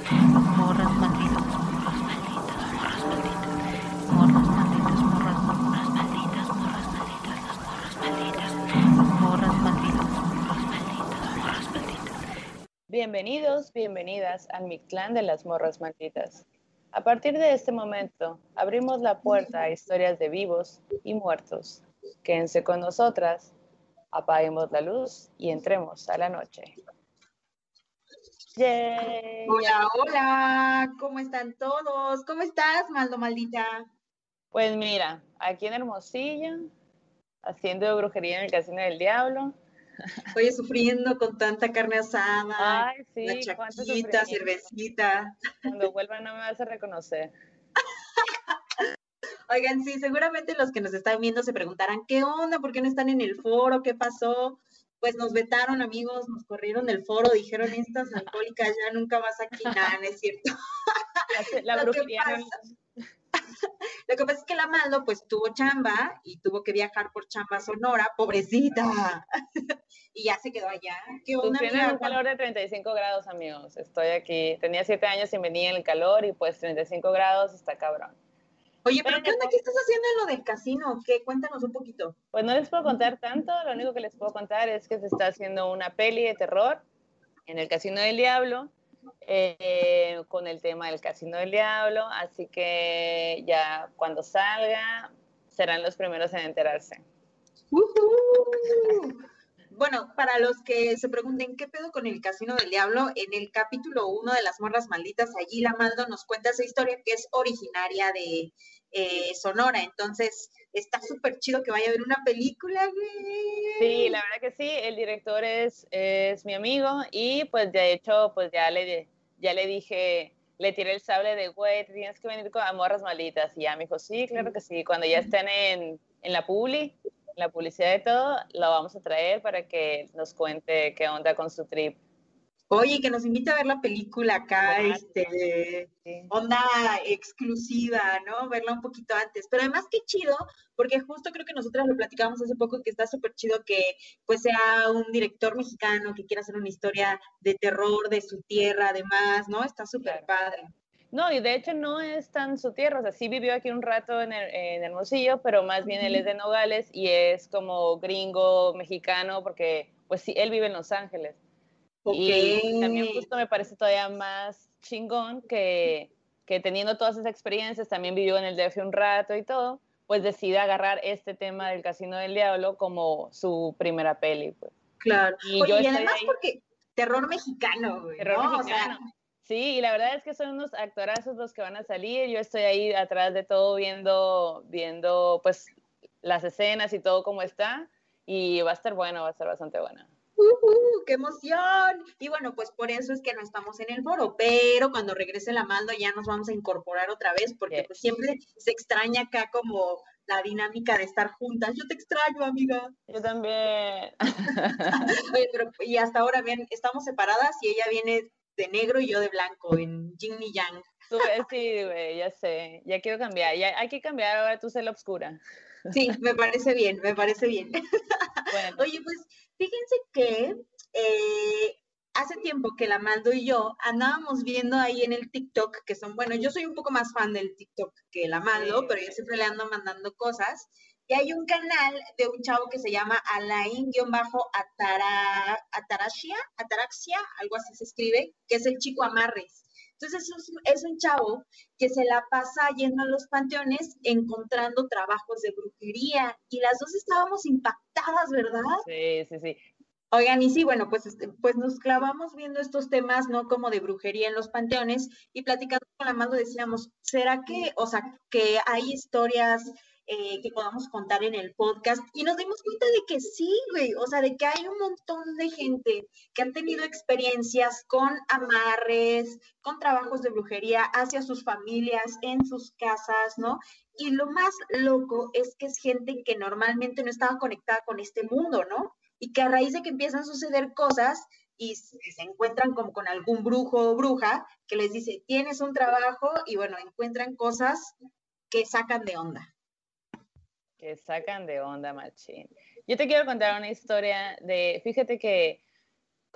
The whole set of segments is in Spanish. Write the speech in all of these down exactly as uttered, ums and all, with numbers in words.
Morras malditas, morras malditas, morras malditas. Morras malditas, morras, morras malditas, morras malditas, las morras malditas. Morras malditas, morras malditas, morras malditas. Bienvenidos, bienvenidas al Mictlán de las Morras Malditas. A partir de este momento, abrimos la puerta a historias de vivos y muertos. Quédense con nosotras, apaguemos la luz y entremos a la noche. ¡Yay! Hola, hola, ¿cómo están todos? ¿Cómo estás, Maldo Maldita? Pues mira, aquí en Hermosillo, haciendo brujería en el Casino del Diablo. Oye, sufriendo con tanta carne asada, Ay, sí, la cuánto chaquita, sufrimiento. cervecita. Cuando vuelva no me vas a reconocer. Oigan, sí, seguramente los que nos están viendo se preguntarán, ¿qué onda? ¿Por qué no están en el foro? ¿Qué pasó? Pues nos vetaron, amigos, nos corrieron del foro, dijeron, estas alcohólicas ya nunca más aquí, nada, no es cierto. La Lo que brujería pasa, no... Lo que pasa es que la Maldo pues tuvo chamba y tuvo que viajar por chamba a Sonora, pobrecita, y ya se quedó allá. ¿Qué onda, Sufriendo en amiga? un calor de treinta y cinco grados, amigos. Estoy aquí. Tenía siete años y venía en el calor y pues treinta y cinco grados está cabrón. Oye, ¿pero Pero, qué onda? ¿Qué estás haciendo en lo del casino? ¿Qué? Cuéntanos un poquito. pues no les puedo contar tanto. Lo único que les puedo contar es que se está haciendo una peli de terror en el Casino del Diablo, eh, con el tema del Casino del Diablo. Así que ya cuando salga serán los primeros en enterarse. Uh-huh. Bueno, para los que se pregunten qué pedo con el Casino del Diablo, en el capítulo uno de Las Morras Malditas, allí la Maldo nos cuenta esa historia que es originaria de eh, Sonora. Entonces, está súper chido que vaya a ver una película, güey. Sí, la verdad que sí, el director es, es mi amigo y pues de hecho pues ya le, ya le dije, le tiré el sable de, güey, tienes que venir con Morras Malditas. Y ya me dijo, sí, claro que sí, cuando ya estén en, en la publi, en la publicidad de todo, lo vamos a traer para que nos cuente qué onda con su trip. Oye, que nos invita a ver la película acá, Claro, este, sí. onda exclusiva, ¿no? Verla un poquito antes. Pero además qué chido, porque justo creo que nosotras lo platicamos hace poco, que está súper chido que pues sea un director mexicano que quiera hacer una historia de terror de su tierra, además, ¿no? Está súper Claro. padre. No, y de hecho no es tan su tierra, o sea, sí vivió aquí un rato en, el, en Hermosillo, pero más bien él es de Nogales y es como gringo mexicano, porque pues sí, él vive en Los Ángeles. Okay. Y también justo me parece todavía más chingón que, que teniendo todas esas experiencias, también vivió en el D F un rato y todo, pues decide agarrar este tema del Casino del Diablo como su primera peli, pues. Claro. Y Oye, yo y estoy además ahí, porque terror mexicano, güey, terror ¿no? mexicano. O sea, sí, y la verdad es que son unos actorazos los que van a salir. Yo estoy ahí atrás de todo viendo, viendo pues las escenas y todo cómo está. Y va a estar bueno, va a estar bastante buena. Uh, ¡qué emoción! Y bueno, pues por eso es que no estamos en el foro, pero cuando regrese la Maldo ya nos vamos a incorporar otra vez, porque Yeah. pues siempre se extraña acá como la dinámica de estar juntas. Yo te extraño, amiga. Yo también. Oye, pero y hasta ahora, bien, estamos separadas y ella viene de negro y yo de blanco, en yin y yang. Tú, sí, güey, ya sé. Ya quiero cambiar. Ya hay que cambiar ahora tú sé la oscura. Sí, me parece bien, me parece bien. Bueno. Oye, pues fíjense que eh, hace tiempo que la Maldo y yo andábamos viendo ahí en el TikTok, que son, bueno, yo soy un poco más fan del TikTok que la Maldo, Sí, pero yo siempre le ando mandando cosas. Y hay un canal de un chavo que se llama Alain-Atara, Ataraxia, Ataraxia, algo así se escribe, que es el chico amarres. Entonces es, es un chavo que se la pasa yendo a los panteones encontrando trabajos de brujería y las dos estábamos impactadas, ¿verdad? Sí, sí, sí. Oigan, y sí, bueno, pues, pues nos clavamos viendo estos temas, ¿no? Como de brujería en los panteones y platicando con la Maldo decíamos, ¿será que, o sea, que hay historias eh, que podamos contar en el podcast? Y nos dimos cuenta de que sí, güey, o sea, de que hay un montón de gente que han tenido experiencias con amarres, con trabajos de brujería hacia sus familias, en sus casas, ¿no? Y lo más loco es que es gente que normalmente no estaba conectada con este mundo, ¿no? Y que a raíz de que empiezan a suceder cosas y se encuentran como con algún brujo o bruja que les dice, tienes un trabajo y bueno, encuentran cosas que sacan de onda. Que sacan de onda, machín. Yo te quiero contar una historia de, fíjate que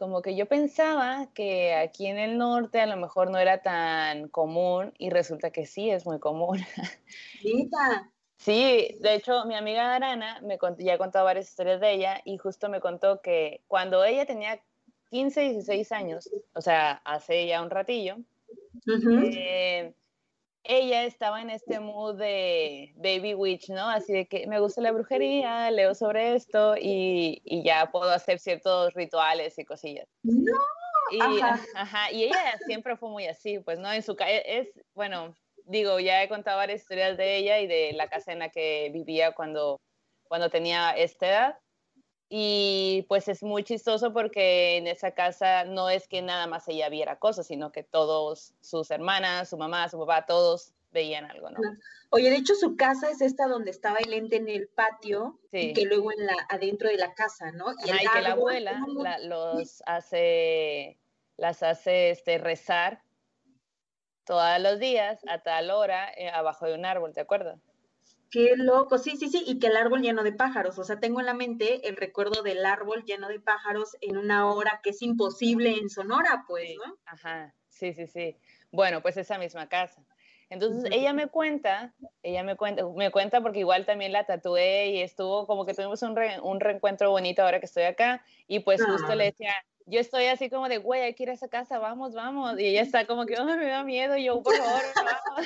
como que yo pensaba que aquí en el norte a lo mejor no era tan común y resulta que sí es muy común. Neta. Sí, de hecho, mi amiga Arana me contó, ya he contado varias historias de ella y justo me contó que cuando ella tenía quince, dieciséis años, o sea, hace ya un ratillo, Ujú. eh, ella estaba en este mood de baby witch, ¿no? Así de que me gusta la brujería, leo sobre esto y, y ya puedo hacer ciertos rituales y cosillas. No, Y, ajá. ajá, y ella siempre fue muy así, pues, ¿no? En su ca- e- es, bueno, digo, ya he contado varias historias de ella y de la casa en la que vivía cuando, cuando tenía esta edad. Y pues es muy chistoso porque en esa casa no es que nada más ella viera cosas, sino que todos sus hermanas, su mamá, su papá, todos veían algo, ¿no? Oye, de hecho su casa es esta donde estaba el ente en el patio y Sí. que luego en la adentro de la casa, ¿no? Y el Ajá, y que la árbol, abuela ¿cómo? la- los hace, las hace este, rezar todos los días a tal hora eh, abajo de un árbol, ¿te acuerdas? Qué loco, sí, sí, sí, y que el árbol lleno de pájaros, o sea, tengo en la mente el recuerdo del árbol lleno de pájaros en una hora que es imposible en Sonora, pues, Sí, ¿no? ajá, sí, sí, sí. Bueno, pues esa misma casa. Entonces Ujú. ella me cuenta, ella me cuenta, me cuenta porque igual también la tatué y estuvo como que tuvimos un, re- un reencuentro bonito ahora que estoy acá y pues justo le Ah, decía, yo estoy así como de, güey, hay que ir a esa casa, vamos, vamos. Y ella está como que, "Ay, me da miedo, y yo, por favor, vamos".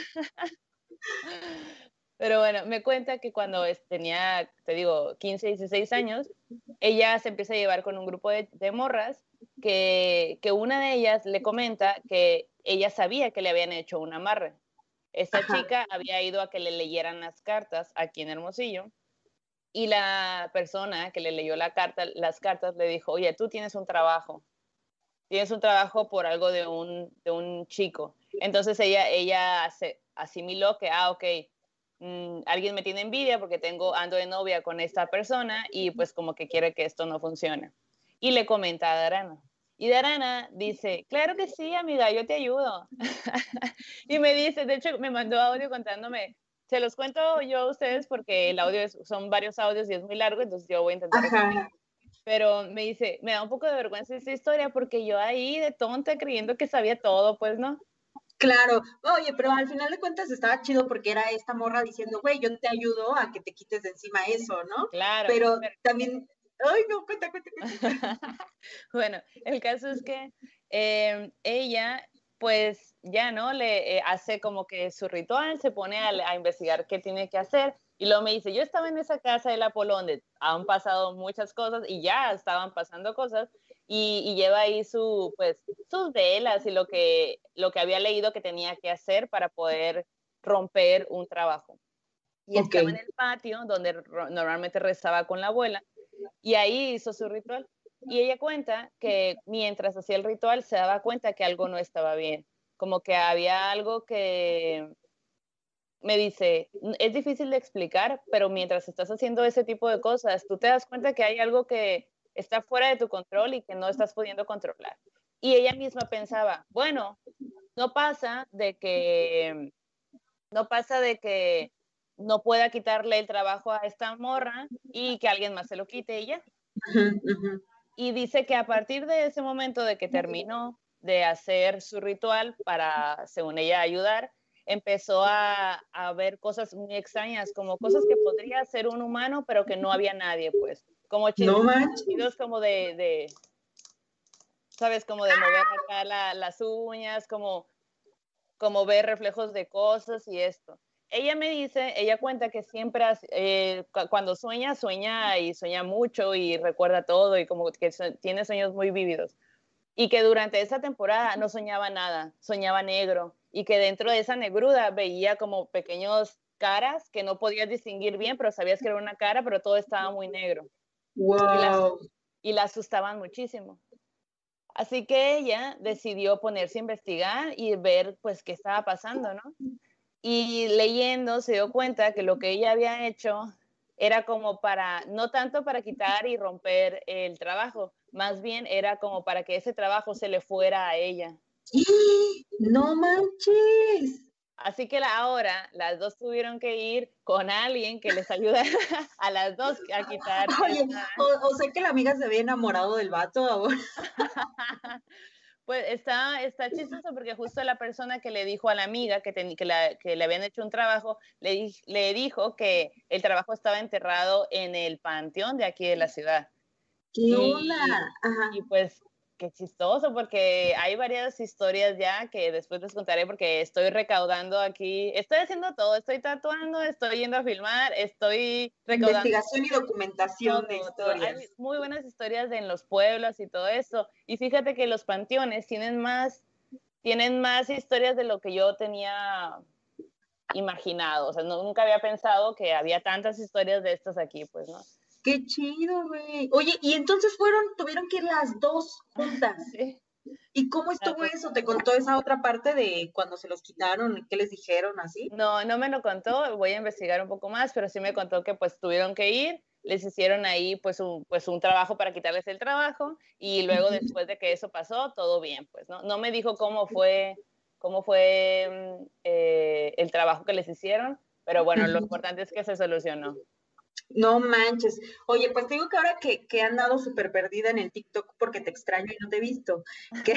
Pero bueno, me cuenta que cuando es- tenía, te digo, quince, dieciséis años, ella se empieza a llevar con un grupo de, de morras que, que una de ellas le comenta que ella sabía que le habían hecho un amarre. Esta ajá, chica había ido a que le leyeran las cartas aquí en Hermosillo y la persona que le leyó la carta, las cartas le dijo, oye, tú tienes un trabajo, tienes un trabajo por algo de un, de un chico. Entonces ella, ella se asimiló que, ah, ok, mmm, alguien me tiene envidia porque tengo, ando de novia con esta persona y pues como que quiere que esto no funcione. Y le comenta a Darana. Y Darana dice, claro que sí, amiga, yo te ayudo. Y me dice, de hecho, me mandó audio contándome, se los cuento yo a ustedes porque el audio es, son varios audios y es muy largo, entonces yo voy a intentar resumir. ajá, Pero me dice, me da un poco de vergüenza esta historia porque yo ahí de tonta creyendo que sabía todo, pues no. claro. Oye, pero al final de cuentas estaba chido porque era esta morra diciendo, güey, yo te ayudo a que te quites de encima eso, ¿no? Claro. Pero Pero... también, ay, no, cuenta, cuenta, cuenta. Bueno, el caso es que eh, ella, pues ya, ¿no? Le eh, hace como que su ritual, se pone a, a investigar qué tiene que hacer. Y luego me dice, yo estaba en esa casa del Apolo donde han pasado muchas cosas y ya estaban pasando cosas y, y lleva ahí su, pues, sus velas y lo que, lo que había leído que tenía que hacer para poder romper un trabajo. Y Ok. estaba en el patio donde normalmente rezaba con la abuela y ahí hizo su ritual. Y ella cuenta que mientras hacía el ritual se daba cuenta que algo no estaba bien, como que había algo que me dice, es difícil de explicar, pero mientras estás haciendo ese tipo de cosas, tú te das cuenta que hay algo que está fuera de tu control y que no estás pudiendo controlar. Y ella misma pensaba, bueno, no pasa de que no pasa de que no pueda quitarle el trabajo a esta morra y que alguien más se lo quite ella. Ujú, ujú. Y dice que a partir de ese momento de que terminó de hacer su ritual para, según ella, ayudar, empezó a, a ver cosas muy extrañas, como cosas que podría ser un humano, pero que no había nadie, pues, como No chillidos manches. como de, de, ¿sabes? Como de mover acá la, las uñas, como, como ver reflejos de cosas y esto. Ella me dice, ella cuenta que siempre, eh, cuando sueña, sueña y sueña mucho y recuerda todo y como que tiene sueños muy vívidos. Y que durante esa temporada no soñaba nada, soñaba negro y que dentro de esa negruda veía como pequeños caras que no podías distinguir bien, pero sabías que era una cara, pero todo estaba muy negro y la, Wow. y la asustaban muchísimo. Así que ella decidió ponerse a investigar y ver pues qué estaba pasando, ¿no? Y leyendo se dio cuenta que lo que ella había hecho era como para, no tanto para quitar y romper el trabajo, más bien era como para que ese trabajo se le fuera a ella. No manches. Así que la, ahora las dos tuvieron que ir con alguien que les ayude a las dos a quitar. Oye, esa... o, o sé que la amiga se había enamorado del vato ahora. Pues está, está chistoso porque justo la persona que le dijo a la amiga que, ten, que, la, que le habían hecho un trabajo, le, di, le dijo que el trabajo estaba enterrado en el panteón de aquí de la ciudad. ¿Qué y, onda? Ajá. Y pues qué chistoso, porque hay varias historias ya que después les contaré porque estoy recaudando aquí, estoy haciendo todo, estoy tatuando, estoy yendo a filmar, estoy recaudando. Investigación y documentación todo, de historias. Todo. Hay muy buenas historias de en los pueblos y todo eso. Y fíjate que los panteones tienen más, tienen más historias de lo que yo tenía imaginado. O sea, no, nunca había pensado que había tantas historias de estas aquí, pues, ¿no? Qué chido, güey. Oye, y entonces fueron, tuvieron que ir las dos juntas. Sí. ¿Y cómo estuvo eso? ¿Te contó esa otra parte de cuando se los quitaron? ¿Qué les dijeron así? No, no me lo contó. Voy a investigar un poco más, pero sí me contó que pues tuvieron que ir, les hicieron ahí pues un, pues un trabajo para quitarles el trabajo y luego después de que eso pasó, todo bien, pues, ¿no? No me dijo cómo fue, cómo fue eh, el trabajo que les hicieron, pero bueno, lo importante es que se solucionó. No manches. Oye, pues te digo que ahora que, que he andado súper perdida en el TikTok porque te extraño y no te he visto, que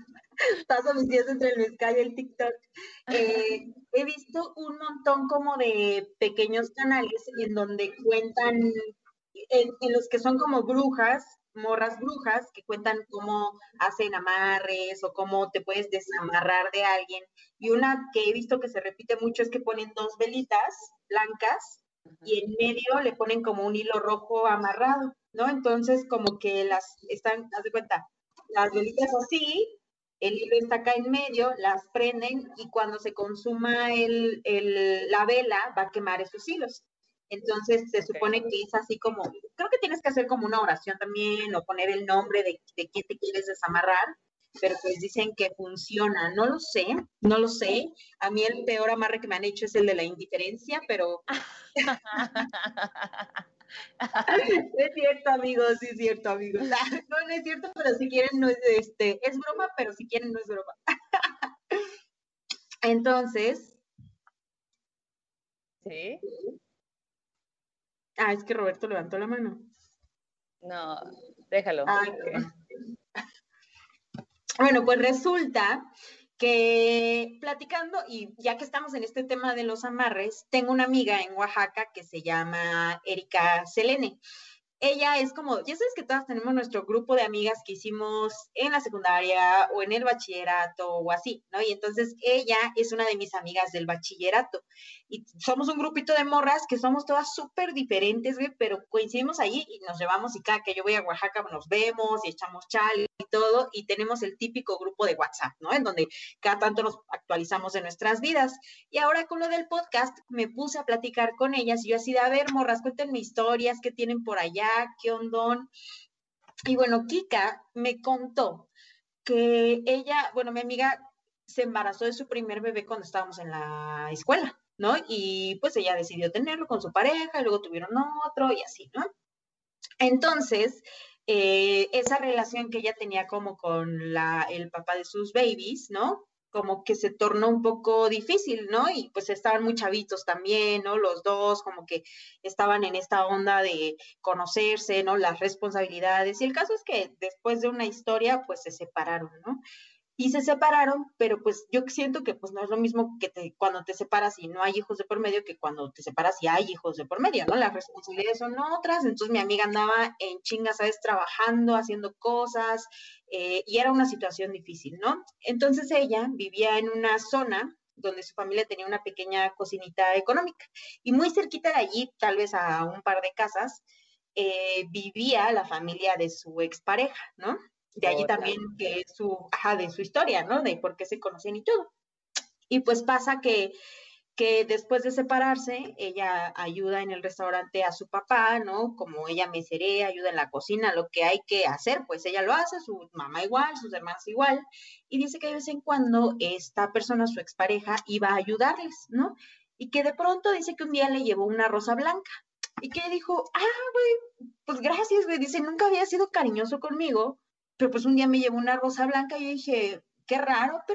paso mis días entre el mezcal y el TikTok, eh, he visto un montón como de pequeños canales en donde cuentan, en, en los que son como brujas, morras brujas, que cuentan cómo hacen amarres o cómo te puedes desamarrar de alguien. Y una que he visto que se repite mucho es que ponen dos velitas blancas y en medio le ponen como un hilo rojo amarrado, ¿no? Entonces como que las están, haz de cuenta, las velitas así, el hilo está acá en medio, las prenden y cuando se consuma el, el, la vela va a quemar esos hilos. Entonces se supone que es así como, creo que tienes que hacer como una oración también o poner el nombre de, de quién te quieres desamarrar, pero pues dicen que funciona, no lo sé, no lo sé. A mí el peor amarre que me han hecho es el de la indiferencia, pero... Es cierto, amigos, sí es cierto, amigos. No, no es cierto, pero si quieren, no es, este, es broma, pero si quieren, no es broma. Entonces... ¿Sí? Ah, es que Roberto levantó la mano. No, déjalo. Ay, okay. Bueno, pues resulta que platicando, y ya que estamos en este tema de los amarres, tengo una amiga en Oaxaca que se llama Erika Selene. Ella es como, ya sabes que todas tenemos nuestro grupo de amigas que hicimos en la secundaria o en el bachillerato o así, ¿no? Y entonces ella es una de mis amigas del bachillerato. Y somos un grupito de morras que somos todas súper diferentes, güey, pero coincidimos allí y nos llevamos y cada que yo voy a Oaxaca nos vemos y echamos chal y todo y tenemos el típico grupo de WhatsApp, ¿no? En donde cada tanto nos actualizamos de nuestras vidas. Y ahora con lo del podcast me puse a platicar con ellas y yo así de, a ver, morras, cuéntenme historias que tienen por allá, qué ondón. Y bueno, Kika me contó que ella, bueno, mi amiga se embarazó de su primer bebé cuando estábamos en la escuela, ¿no? Y pues ella decidió tenerlo con su pareja, y luego tuvieron otro y así, ¿no? Entonces, eh, esa relación que ella tenía como con la, el papá de sus babies, ¿no? Como que se tornó un poco difícil, ¿no? Y pues estaban muy chavitos también, ¿no? Los dos como que estaban en esta onda de conocerse, ¿no? Las responsabilidades. Y el caso es que después de una historia, pues se separaron, ¿no? Y se separaron, pero pues yo siento que pues no es lo mismo que te, cuando te separas y no hay hijos de por medio que cuando te separas y hay hijos de por medio, ¿no? Las responsabilidades son otras, entonces mi amiga andaba en chingas, ¿sabes? Trabajando, haciendo cosas, eh, y era una situación difícil, ¿no? Entonces ella vivía en una zona donde su familia tenía una pequeña cocinita económica y muy cerquita de allí, tal vez a un par de casas, eh, vivía la familia de su expareja, ¿no? De allí Otra. también que es su, ajá, de su historia, ¿no? De por qué se conocen y todo. Y pues pasa que, que después de separarse, ella ayuda en el restaurante a su papá, ¿no? Como ella meserea, ayuda en la cocina, lo que hay que hacer, pues ella lo hace, su mamá igual, sus hermanas igual, y dice que de vez en cuando esta persona, su expareja, iba a ayudarles, ¿no? Y que de pronto dice que un día le llevó una rosa blanca, y que dijo, ah, güey, pues gracias, güey, dice, nunca había sido cariñoso conmigo, pero pues un día me llevó una rosa blanca y yo dije, qué raro, pero bueno.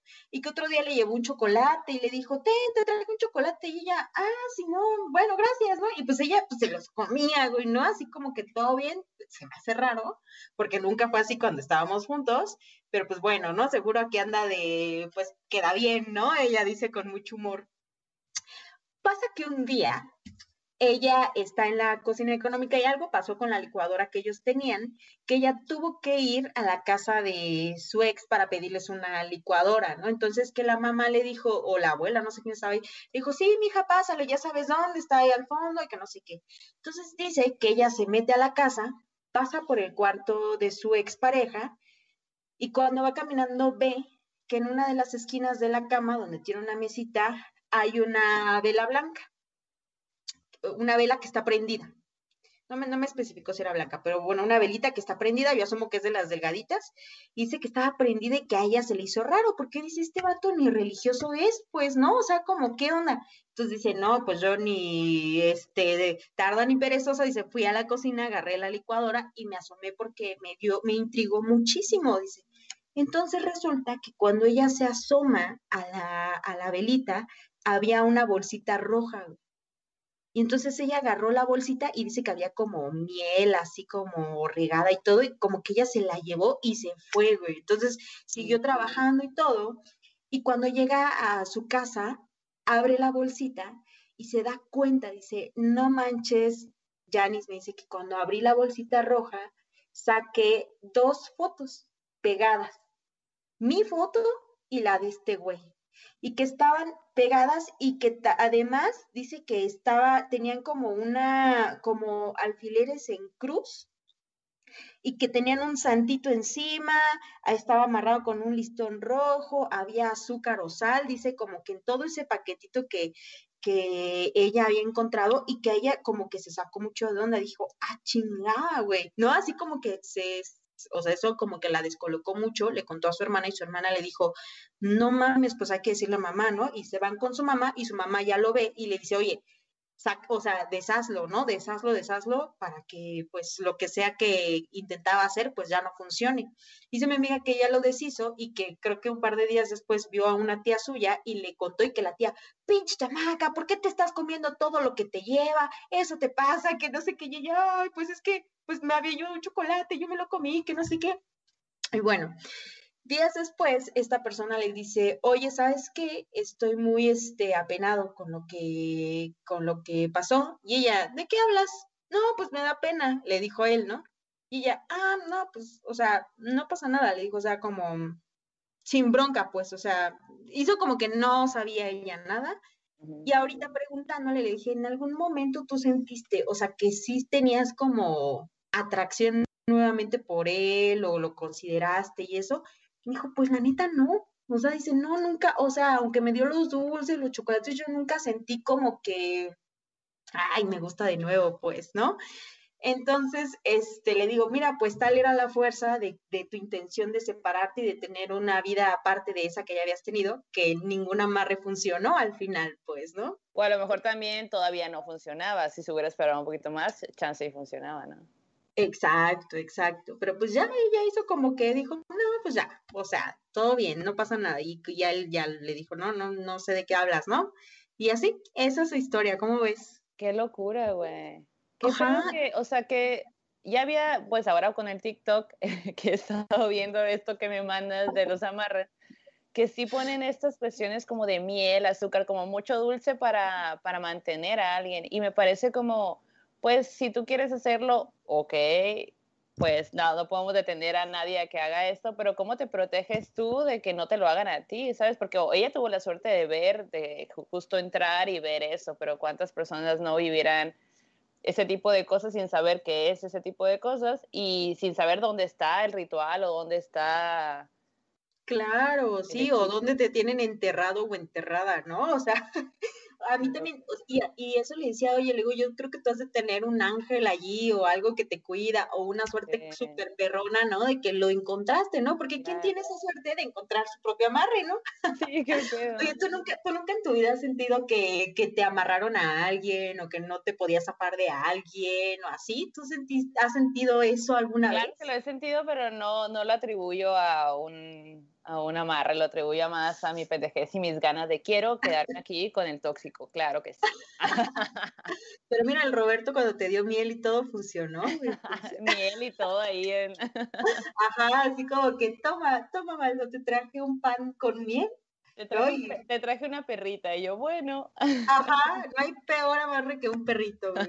y que otro día le llevó un chocolate y le dijo, te, te traigo un chocolate, y ella, ah, sí, no, bueno, gracias, ¿no? Y pues ella pues se los comía, güey, ¿no? Así como que todo bien, se me hace raro, porque nunca fue así cuando estábamos juntos, pero pues bueno, ¿no? Seguro aquí anda de, pues queda bien, ¿no? Ella dice con mucho humor. Pasa que un día ella está en la cocina económica y algo pasó con la licuadora que ellos tenían, que ella tuvo que ir a la casa de su ex para pedirles una licuadora, ¿no? Entonces que la mamá le dijo, o la abuela, no sé quién estaba ahí, dijo, sí, mija, pásale, ya sabes dónde, está ahí al fondo y que no sé qué. Entonces dice que ella se mete a la casa, pasa por el cuarto de su expareja y cuando va caminando ve que en una de las esquinas de la cama, donde tiene una mesita, hay una vela blanca, una vela que está prendida. No me, no me especificó si era blanca, pero bueno, una velita que está prendida, yo asumo que es de las delgaditas, y dice que estaba prendida y que a ella se le hizo raro, porque dice, este vato ni religioso es, pues, ¿no? O sea, como, ¿qué onda? Entonces dice, no, pues yo ni, este, de, tarda ni perezosa, dice, fui a la cocina, agarré la licuadora y me asomé porque me dio, me intrigó muchísimo, dice. Entonces resulta que cuando ella se asoma a la, a la velita, había una bolsita roja, güey. Y entonces ella agarró la bolsita y dice que había como miel, así como regada y todo, y como que ella se la llevó y se fue, güey. Entonces siguió trabajando y todo, y cuando llega a su casa, abre la bolsita y se da cuenta, dice, no manches, Janice me dice que cuando abrí la bolsita roja, saqué dos fotos pegadas, mi foto y la de este güey, y que estaban pegadas y que además dice que estaba, tenían como una, como alfileres en cruz y que tenían un santito encima, estaba amarrado con un listón rojo, había azúcar o sal, dice como que en todo ese paquetito que, que ella había encontrado y que ella como que se sacó mucho de onda, dijo, ah, chingada, güey, ¿no? Así como que se, o sea, eso como que la descolocó mucho, le contó a su hermana y su hermana le dijo, no mames, pues hay que decirle a mamá, ¿no? Y se van con su mamá y su mamá ya lo ve y le dice, oye, sac, o sea, deshazlo, ¿no? Deshazlo, deshazlo para que pues lo que sea que intentaba hacer pues ya no funcione. Dice mi amiga que ella lo deshizo y que creo que un par de días después vio a una tía suya y le contó y que la tía, pinche chamaca, ¿por qué te estás comiendo todo lo que te lleva? Eso te pasa, que no sé qué, y ella, ay, pues es que pues me había yo un chocolate, yo me lo comí, que no sé qué. Y bueno, días después, esta persona le dice, oye, ¿sabes qué? Estoy muy este, apenado con lo, que, con lo que pasó. Y ella, ¿de qué hablas? No, pues me da pena, le dijo él, ¿no? Y ella, ah, no, pues, o sea, no pasa nada, le dijo, o sea, como sin bronca, pues, o sea, hizo como que no sabía ella nada. Ujú. Y ahorita preguntándole, le dije, ¿en algún momento tú sentiste, o sea, que sí tenías como atracción nuevamente por él o lo consideraste y eso? Y me dijo, pues la neta no. O sea, dice, no, nunca, o sea, aunque me dio los dulces, los chocolates, yo nunca sentí como que, ay, me gusta de nuevo, pues, ¿no? Entonces, este, le digo, mira, pues tal era la fuerza de, de tu intención de separarte y de tener una vida aparte de esa que ya habías tenido, que ninguna amarre funcionó al final, pues, ¿no? O a lo mejor también todavía no funcionaba. Si se hubiera esperado un poquito más, chance y funcionaba, ¿no? Exacto, exacto. Pero pues ya ella hizo como que dijo, no, pues ya, o sea, todo bien, no pasa nada. Y ya él ya le dijo, no, no, no sé de qué hablas, ¿no? Y así, esa es su historia, ¿cómo ves? Qué locura, güey. Qué Ajá, feo que, o sea, que ya había, pues ahora con el TikTok, que he estado viendo esto que me mandas de los amarres, que sí ponen estas cuestiones como de miel, azúcar, como mucho dulce para, para mantener a alguien. Y me parece como, pues si tú quieres hacerlo, ok, pues no, no podemos detener a nadie a que haga esto, pero ¿cómo te proteges tú de que no te lo hagan a ti? ¿Sabes? Porque ella tuvo la suerte de ver, de justo entrar y ver eso, pero ¿cuántas personas no vivieran ese tipo de cosas sin saber qué es ese tipo de cosas y sin saber dónde está el ritual o dónde está claro, el sí, o hechizo? dónde te tienen enterrado o enterrada, ¿no? O sea, a mí también, y, y eso le decía, oye, le digo, yo creo que tú has de tener un ángel allí o algo que te cuida o una suerte Eh, súper perrona, ¿no? De que lo encontraste, ¿no? Porque ¿quién claro. tiene esa suerte de encontrar su propio amarre, ¿no? Sí, qué pedo. Oye, ¿tú nunca, tú nunca en tu vida has sentido que, que te amarraron a alguien o que no te podías zafar de alguien o así? ¿Tú sentís, has sentido eso alguna Claro que vez? lo he sentido, pero no, no lo atribuyo a un, a una amarre, lo atribuyo más a mi pendejez y mis ganas de quiero quedarme aquí con el tóxico, claro que sí. Pero mira, el Roberto cuando te dio miel y todo funcionó. Miel y todo ahí en... Ajá, así como que toma, toma, Maldo, te traje un pan con miel. Te traje, Oye. un, te traje una perrita y yo, bueno. Ajá, no hay peor amarre que un perrito, güey.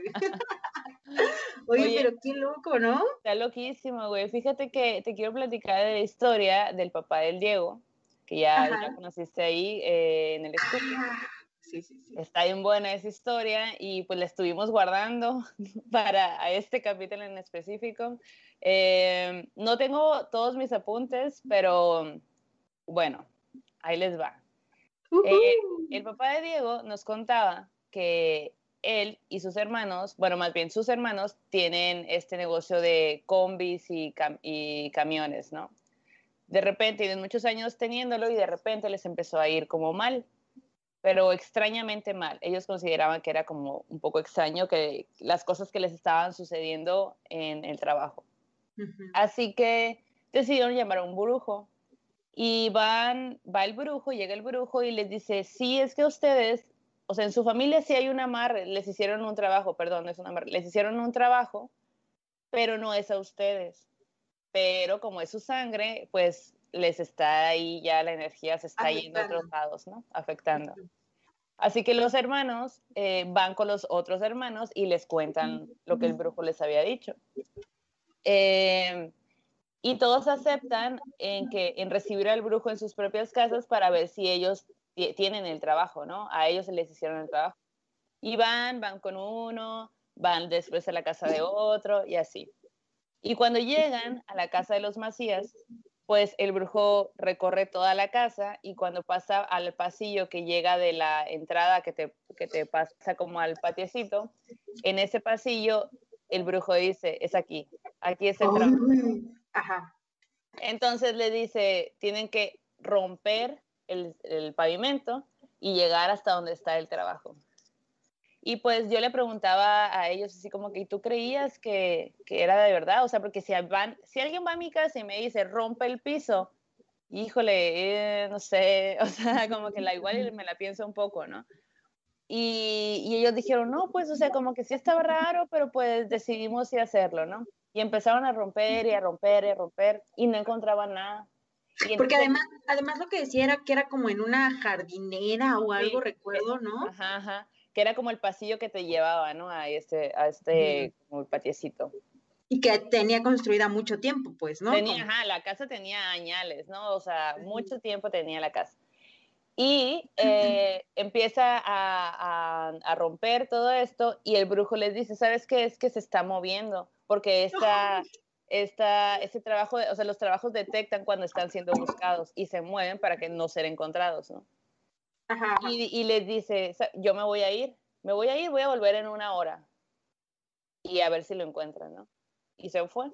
Oye, Oye, pero qué loco, ¿no? Está loquísimo, güey. Fíjate que te quiero platicar de la historia del papá del Diego, que ya, ya conociste ahí eh, en el estudio. Ah, sí, sí, sí. Está bien buena esa historia y pues la estuvimos guardando para a este capítulo en específico. Eh, no tengo todos mis apuntes, pero bueno, ahí les va. Uh-huh. Eh, el papá de Diego nos contaba que él y sus hermanos, bueno, más bien sus hermanos, tienen este negocio de combis y, cam y camiones, ¿no? De repente, tienen muchos años teniéndolo y de repente les empezó a ir como mal, pero extrañamente mal. Ellos consideraban que era como un poco extraño que las cosas que les estaban sucediendo en el trabajo. Uh-huh. Así que decidieron llamar a un brujo. Y van, va el brujo, llega el brujo y les dice, sí, es que ustedes, o sea, en su familia sí hay un amarre, les hicieron un trabajo, perdón, no es un amarre, les hicieron un trabajo, pero no es a ustedes. Pero como es su sangre, pues les está ahí ya la energía se está afectando. Yendo a otros lados, ¿no? Afectando. Así que los hermanos eh, van con los otros hermanos y les cuentan lo que el brujo les había dicho. Eh, Y todos aceptan en, que, en recibir al brujo en sus propias casas para ver si ellos tienen el trabajo, ¿no? A ellos se les hicieron el trabajo. Y van, van con uno, van después a la casa de otro y así. Y cuando llegan a la casa de los Macías, pues el brujo recorre toda la casa y cuando pasa al pasillo que llega de la entrada que te, que te pasa como al patiecito, en ese pasillo el brujo dice, es aquí, aquí es el trabajo. Ajá. Entonces le dice, tienen que romper el, el pavimento y llegar hasta donde está el trabajo. Y pues yo le preguntaba a ellos así como que, ¿y tú creías que, que era de verdad? O sea, porque si, van, si alguien va a mi casa y me dice, rompe el piso, híjole, eh, no sé, o sea, como que la igual me la pienso un poco, ¿no? Y, y ellos dijeron, no, pues, o sea, como que sí estaba raro, pero pues decidimos sí hacerlo, ¿no? Y empezaron a romper y a romper y a romper y no encontraban nada. Y Porque además, además lo que decía era que era como en una jardinera o algo, sí, recuerdo, ¿no? Ajá, ajá, que era como el pasillo que te llevaba, ¿no? A este, a este, uh-huh, como el patiecito. Y que tenía construida mucho tiempo, pues, ¿no? Tenía, ajá, la casa tenía añales, ¿no? O sea, uh-huh, mucho tiempo tenía la casa. Y eh, uh-huh, empieza a, a, a romper todo esto y el brujo les dice, ¿sabes qué? Es que se está moviendo, porque esta, esta, este trabajo, o sea, los trabajos detectan cuando están siendo buscados y se mueven para que no ser encontrados, ¿no? Ajá. Y, y les dice, yo me voy a ir, me voy a ir, voy a volver en una hora y a ver si lo encuentran, ¿no? Y se fue.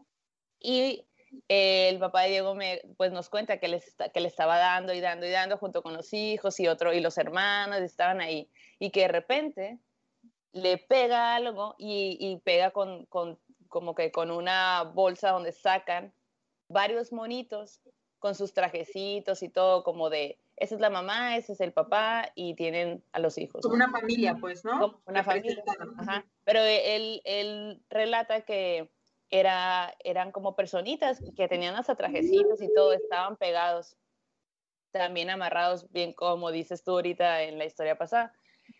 Y eh, el papá de Diego me, pues nos cuenta que, les, que le estaba dando y dando y dando junto con los hijos y, otro, y los hermanos estaban ahí. Y que de repente le pega algo y, y pega con, con, como que con una bolsa donde sacan varios monitos con sus trajecitos y todo como de, esa es la mamá, ese es el papá y tienen a los hijos. Como, ¿no? Una familia, pues, ¿no? Como una familia. Ajá. Pero él, él relata que era, eran como personitas que tenían hasta trajecitos y todo, estaban pegados, también amarrados, bien como dices tú ahorita en la historia pasada.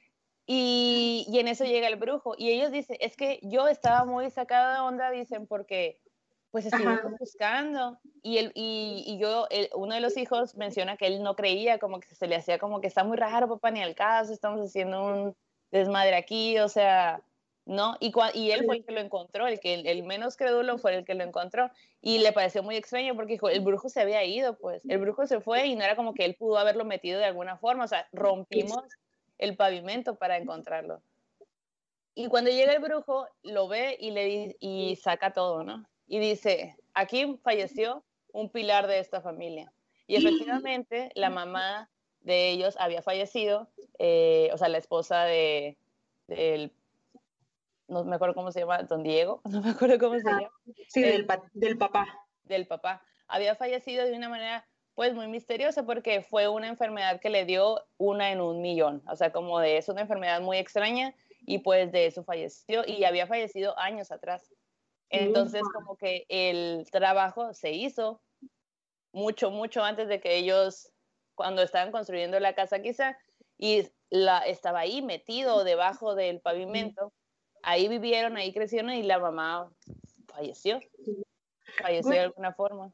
Y, y en eso llega el brujo. Y ellos dicen, es que yo estaba muy sacada de onda, dicen, porque pues estuvimos buscando. Y, el, y, y yo, el, uno de los hijos menciona que él no creía, como que se le hacía como que está muy raro, papá, ni al caso, estamos haciendo un desmadre aquí, o sea, ¿no? Y, y él fue el que lo encontró, el que el, el menos crédulo fue el que lo encontró. Y le pareció muy extraño porque dijo, el brujo se había ido, pues, el brujo se fue y no era como que él pudo haberlo metido de alguna forma, o sea, rompimos el pavimento para encontrarlo. Y cuando llega el brujo, lo ve y, le, y saca todo, ¿no? Y dice, aquí falleció un pilar de esta familia. Y efectivamente, la mamá de ellos había fallecido, eh, o sea, la esposa de, del, no me acuerdo cómo se llama, don Diego, no me acuerdo cómo se llama. Sí, del, pa del papá. Del papá. Había fallecido de una manera pues muy misteriosa porque fue una enfermedad que le dio una en un millón, o sea, como de es una enfermedad muy extraña y pues de eso falleció y había fallecido años atrás. Entonces Ufa. como que el trabajo se hizo mucho, mucho antes de que ellos, cuando estaban construyendo la casa quizá, y la, estaba ahí metido debajo del pavimento, ahí vivieron, ahí crecieron y la mamá falleció, falleció de Güey, alguna forma.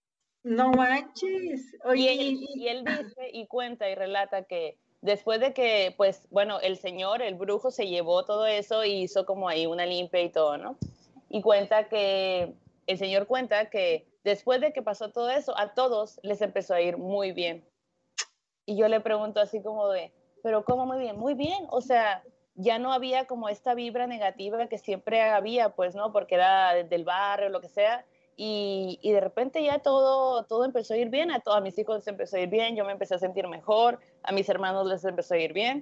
no manches. Oye, Y él, y, y y- él dice y cuenta y relata que después de que, pues, bueno, el señor, el brujo, se llevó todo eso y hizo como ahí una limpia y todo, ¿no? Y cuenta que, el señor cuenta que después de que pasó todo eso, a todos les empezó a ir muy bien. Y yo le pregunto así como de, pero ¿cómo muy bien? Muy bien, o sea, ya no había como esta vibra negativa que siempre había, pues, ¿no? Porque era del barrio, lo que sea, y, y de repente ya todo, todo empezó a ir bien, a, todos a mis hijos les empezó a ir bien, yo me empecé a sentir mejor, a mis hermanos les empezó a ir bien,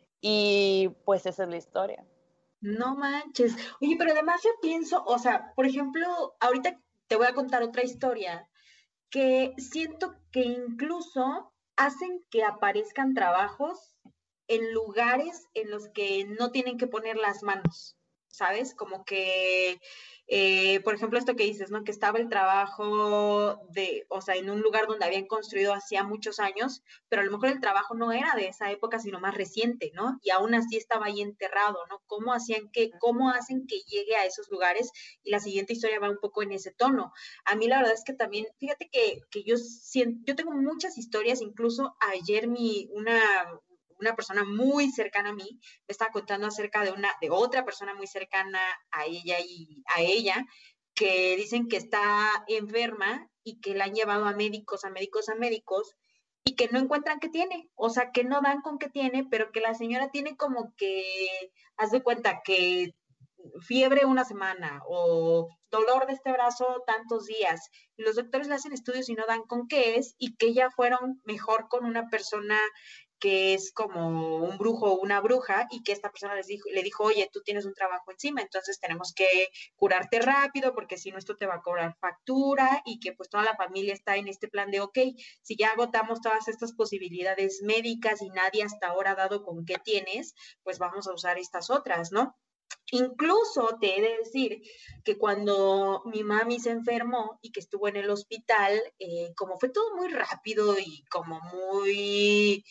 y pues esa es la historia. no manches. Oye, pero además yo pienso, o sea, por ejemplo, ahorita te voy a contar otra historia que siento que incluso hacen que aparezcan trabajos en lugares en los que no tienen que poner las manos, ¿sabes? Como que, eh, por ejemplo, esto que dices, ¿no? Que estaba el trabajo de, o sea, en un lugar donde habían construido hacía muchos años, pero a lo mejor el trabajo no era de esa época, sino más reciente, ¿no? Y aún así estaba ahí enterrado, ¿no? ¿Cómo hacían que, cómo hacen que llegue a esos lugares? Y la siguiente historia va un poco en ese tono. A mí la verdad es que también, fíjate que, que yo siento, yo tengo muchas historias, incluso ayer mi, una, una persona muy cercana a mí me estaba contando acerca de una, de otra persona muy cercana a ella y a ella, que dicen que está enferma y que la han llevado a médicos, a médicos, a médicos, y que no encuentran qué tiene, o sea, que no dan con qué tiene, pero que la señora tiene como que, haz de cuenta que fiebre una semana o dolor de este brazo tantos días. Los doctores le hacen estudios y no dan con qué es y que ya fueron mejor con una persona que es como un brujo o una bruja y que esta persona les dijo, le dijo, oye, tú tienes un trabajo encima, entonces tenemos que curarte rápido porque si no esto te va a cobrar factura y que pues toda la familia está en este plan de, ok, si ya agotamos todas estas posibilidades médicas y nadie hasta ahora ha dado con qué tienes, pues vamos a usar estas otras, ¿no? Incluso te he de decir que cuando mi mami se enfermó y que estuvo en el hospital, eh, como fue todo muy rápido y como muy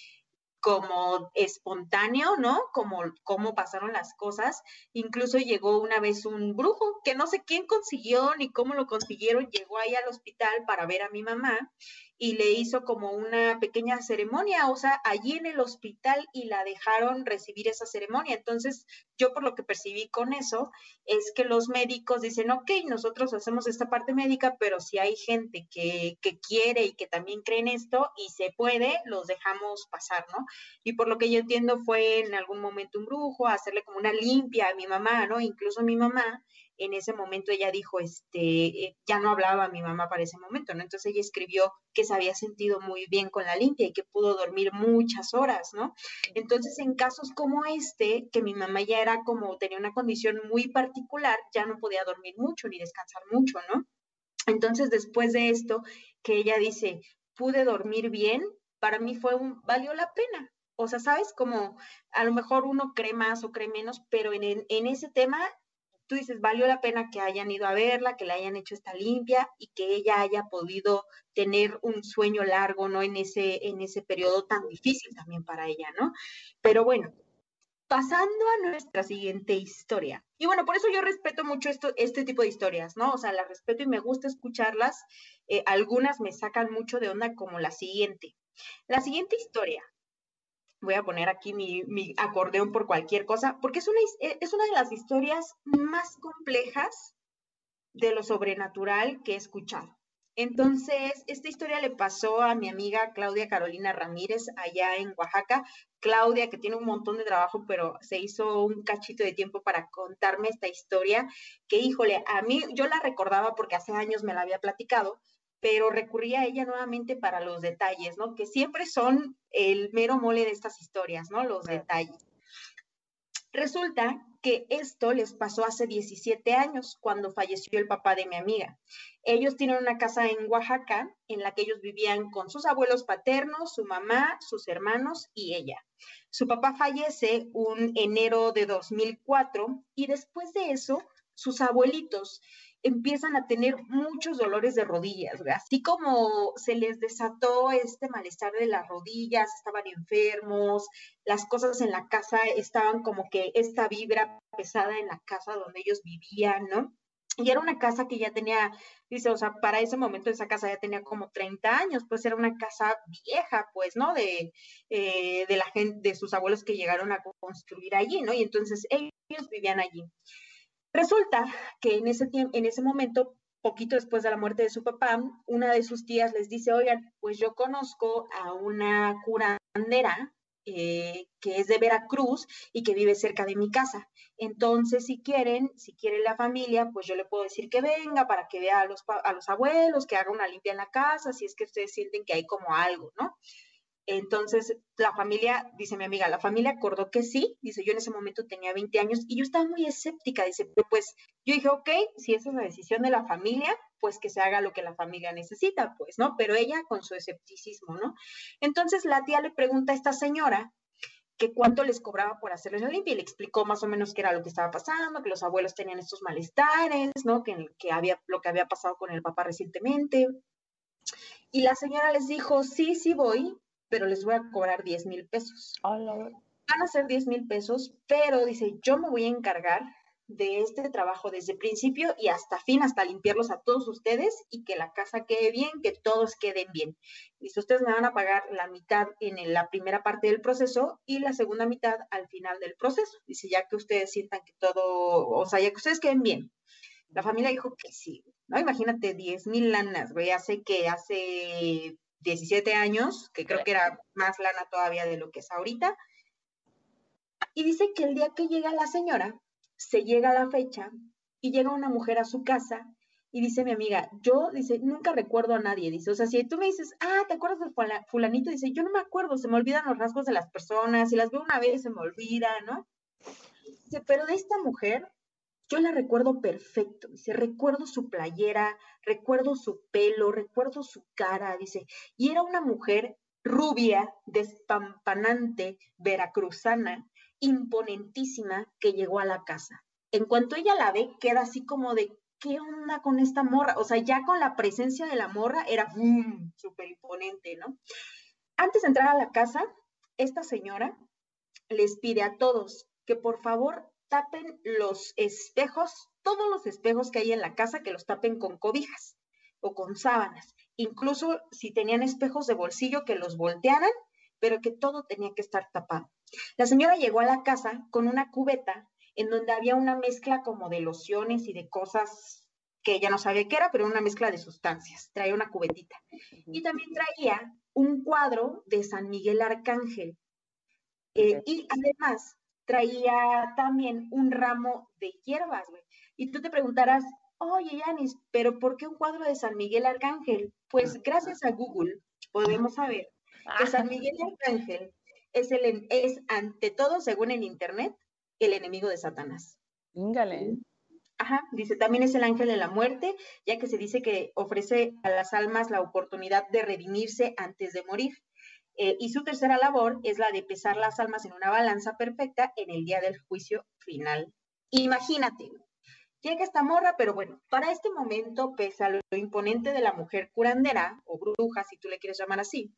como espontáneo, ¿no? Como cómo pasaron las cosas. Incluso llegó una vez un brujo que no sé quién consiguió ni cómo lo consiguieron, llegó ahí al hospital para ver a mi mamá y le hizo como una pequeña ceremonia, o sea, allí en el hospital y la dejaron recibir esa ceremonia. Entonces, yo por lo que percibí con eso es que los médicos dicen, ok, nosotros hacemos esta parte médica, pero si hay gente que, que quiere y que también cree en esto y se puede, los dejamos pasar, ¿no? Y por lo que yo entiendo fue en algún momento un brujo a hacerle como una limpia a mi mamá, ¿no? Incluso mi mamá, en ese momento ella dijo, este, ya no hablaba mi mamá para ese momento, ¿no? Entonces ella escribió que se había sentido muy bien con la limpia y que pudo dormir muchas horas, ¿no? Entonces en casos como este, que mi mamá ya era como, tenía una condición muy particular, ya no podía dormir mucho ni descansar mucho, ¿no? Entonces después de esto, que ella dice, pude dormir bien, para mí fue un, valió la pena. O sea, ¿sabes? Como a lo mejor uno cree más o cree menos, pero en, en ese tema tú dices, valió la pena que hayan ido a verla, que le hayan hecho esta limpia y que ella haya podido tener un sueño largo, ¿no? En ese, en ese periodo tan difícil también para ella, ¿no? Pero bueno, pasando a nuestra siguiente historia. Y bueno, por eso yo respeto mucho esto, este tipo de historias, ¿no? O sea, las respeto y me gusta escucharlas. Eh, algunas me sacan mucho de onda como la siguiente. La siguiente historia, voy a poner aquí mi, mi acordeón por cualquier cosa, porque es una, es una de las historias más complejas de lo sobrenatural que he escuchado. Entonces, esta historia le pasó a mi amiga Claudia Carolina Ramírez allá en Oaxaca. Claudia, que tiene un montón de trabajo, pero se hizo un cachito de tiempo para contarme esta historia, que híjole, a mí yo la recordaba porque hace años me la había platicado, pero recurría a ella nuevamente para los detalles, ¿no? Que siempre son el mero mole de estas historias, ¿no? Los Claro. detalles. Resulta que esto les pasó hace diecisiete años, cuando falleció el papá de mi amiga. Ellos tienen una casa en Oaxaca en la que ellos vivían con sus abuelos paternos, su mamá, sus hermanos y ella. Su papá fallece un enero de dos mil cuatro y después de eso, sus abuelitos empiezan a tener muchos dolores de rodillas, ¿verdad? Así como se les desató este malestar de las rodillas, estaban enfermos, las cosas en la casa estaban como que esta vibra pesada en la casa donde ellos vivían, ¿no? Y era una casa que ya tenía, dice, o sea, para ese momento esa casa ya tenía como treinta años, pues era una casa vieja, pues, ¿no? De, eh, de la gente, de sus abuelos que llegaron a construir allí, ¿no? Y entonces ellos vivían allí. Resulta que en ese tiempo, en ese momento, poquito después de la muerte de su papá, una de sus tías les dice, oigan, pues yo conozco a una curandera eh, que es de Veracruz y que vive cerca de mi casa. Entonces, si quieren, si quiere la familia, pues yo le puedo decir que venga para que vea a los, a los abuelos, que haga una limpia en la casa, si es que ustedes sienten que hay como algo, ¿no? Entonces, la familia, dice mi amiga, la familia acordó que sí, dice, yo en ese momento tenía veinte años y yo estaba muy escéptica, dice, pero pues yo dije, ok, si esa es la decisión de la familia, pues que se haga lo que la familia necesita, pues, ¿no? Pero ella con su escepticismo, ¿no? Entonces, la tía le pregunta a esta señora que cuánto les cobraba por hacerles la limpia y le explicó más o menos qué era lo que estaba pasando, que los abuelos tenían estos malestares, ¿no? Que, que había, lo que había pasado con el papá recientemente. Y la señora les dijo, sí, sí voy, pero les voy a cobrar diez mil pesos. Hola. Van a ser diez mil pesos, pero dice, yo me voy a encargar de este trabajo desde principio y hasta fin, hasta limpiarlos a todos ustedes y que la casa quede bien, que todos queden bien. Dice, ustedes me van a pagar la mitad en la primera parte del proceso y la segunda mitad al final del proceso. Dice, ya que ustedes sientan que todo, o sea, ya que ustedes queden bien. La familia dijo que sí, ¿no? Imagínate, diez mil lanas, güey, hace que hace diecisiete años, que creo que era más lana todavía de lo que es ahorita. Y dice que el día que llega la señora, se llega la fecha y llega una mujer a su casa y dice mi amiga, yo, dice, nunca recuerdo a nadie, dice, o sea, si tú me dices, ah, ¿te acuerdas de fulanito? Dice, yo no me acuerdo, se me olvidan los rasgos de las personas, si las veo una vez se me olvida, ¿no? Dice, pero de esta mujer, yo la recuerdo perfecto, dice, recuerdo su playera, recuerdo su pelo, recuerdo su cara, dice, y era una mujer rubia, despampanante, veracruzana, imponentísima, que llegó a la casa. En cuanto ella la ve, queda así como de, ¿qué onda con esta morra? O sea, ya con la presencia de la morra era boom, súper imponente, ¿no? Antes de entrar a la casa, esta señora les pide a todos que por favor tapen los espejos, todos los espejos que hay en la casa, que los tapen con cobijas o con sábanas. Incluso si tenían espejos de bolsillo, que los voltearan, pero que todo tenía que estar tapado. La señora llegó a la casa con una cubeta en donde había una mezcla como de lociones y de cosas que ella no sabía qué era, pero una mezcla de sustancias. Traía una cubetita. Y también traía un cuadro de San Miguel Arcángel. Eh, y además traía también un ramo de hierbas, güey. Y tú te preguntarás, oye, Yanis, ¿pero por qué un cuadro de San Miguel Arcángel? Pues gracias a Google podemos saber que San Miguel Arcángel es, el, es ante todo, según en internet, el enemigo de Satanás. Íngale. Ajá, dice, también es el ángel de la muerte, ya que se dice que ofrece a las almas la oportunidad de redimirse antes de morir. Eh, y su tercera labor es la de pesar las almas en una balanza perfecta en el día del juicio final. Imagínate, llega esta morra, pero bueno, para este momento, pese a lo imponente de la mujer curandera, o bruja, si tú le quieres llamar así,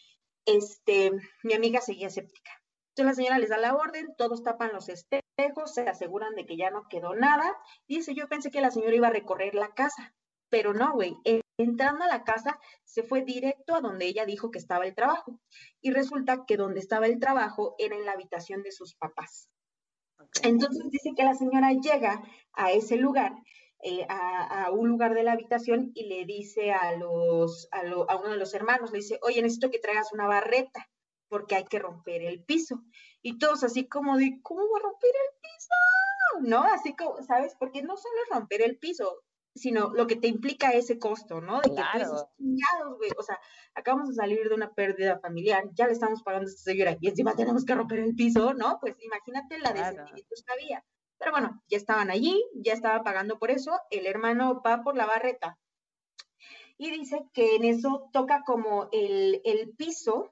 este, mi amiga seguía escéptica. Entonces la señora les da la orden, todos tapan los espejos, se aseguran de que ya no quedó nada, y dice, yo pensé que la señora iba a recorrer la casa, pero no, güey, entrando a la casa, se fue directo a donde ella dijo que estaba el trabajo. Y resulta que donde estaba el trabajo era en la habitación de sus papás. Okay. Entonces dice que la señora llega a ese lugar, eh, a, a un lugar de la habitación y le dice a, los, a, lo, a uno de los hermanos, le dice, oye, necesito que traigas una barreta porque hay que romper el piso. Y todos así como de, ¿cómo va a romper el piso? ¿No? Así como, ¿sabes? Porque no solo es romper el piso, sino lo que te implica ese costo, ¿no? De que tú dices, Claro. chingados, güey, o sea, acabamos de salir de una pérdida familiar, ya le estamos pagando a esta señora y encima tenemos que romper el piso, ¿no? Pues imagínate la de Claro. sentimientos que había. Pero bueno, ya estaban allí, ya estaba pagando por eso, el hermano va por la barreta y dice que en eso toca como el, el piso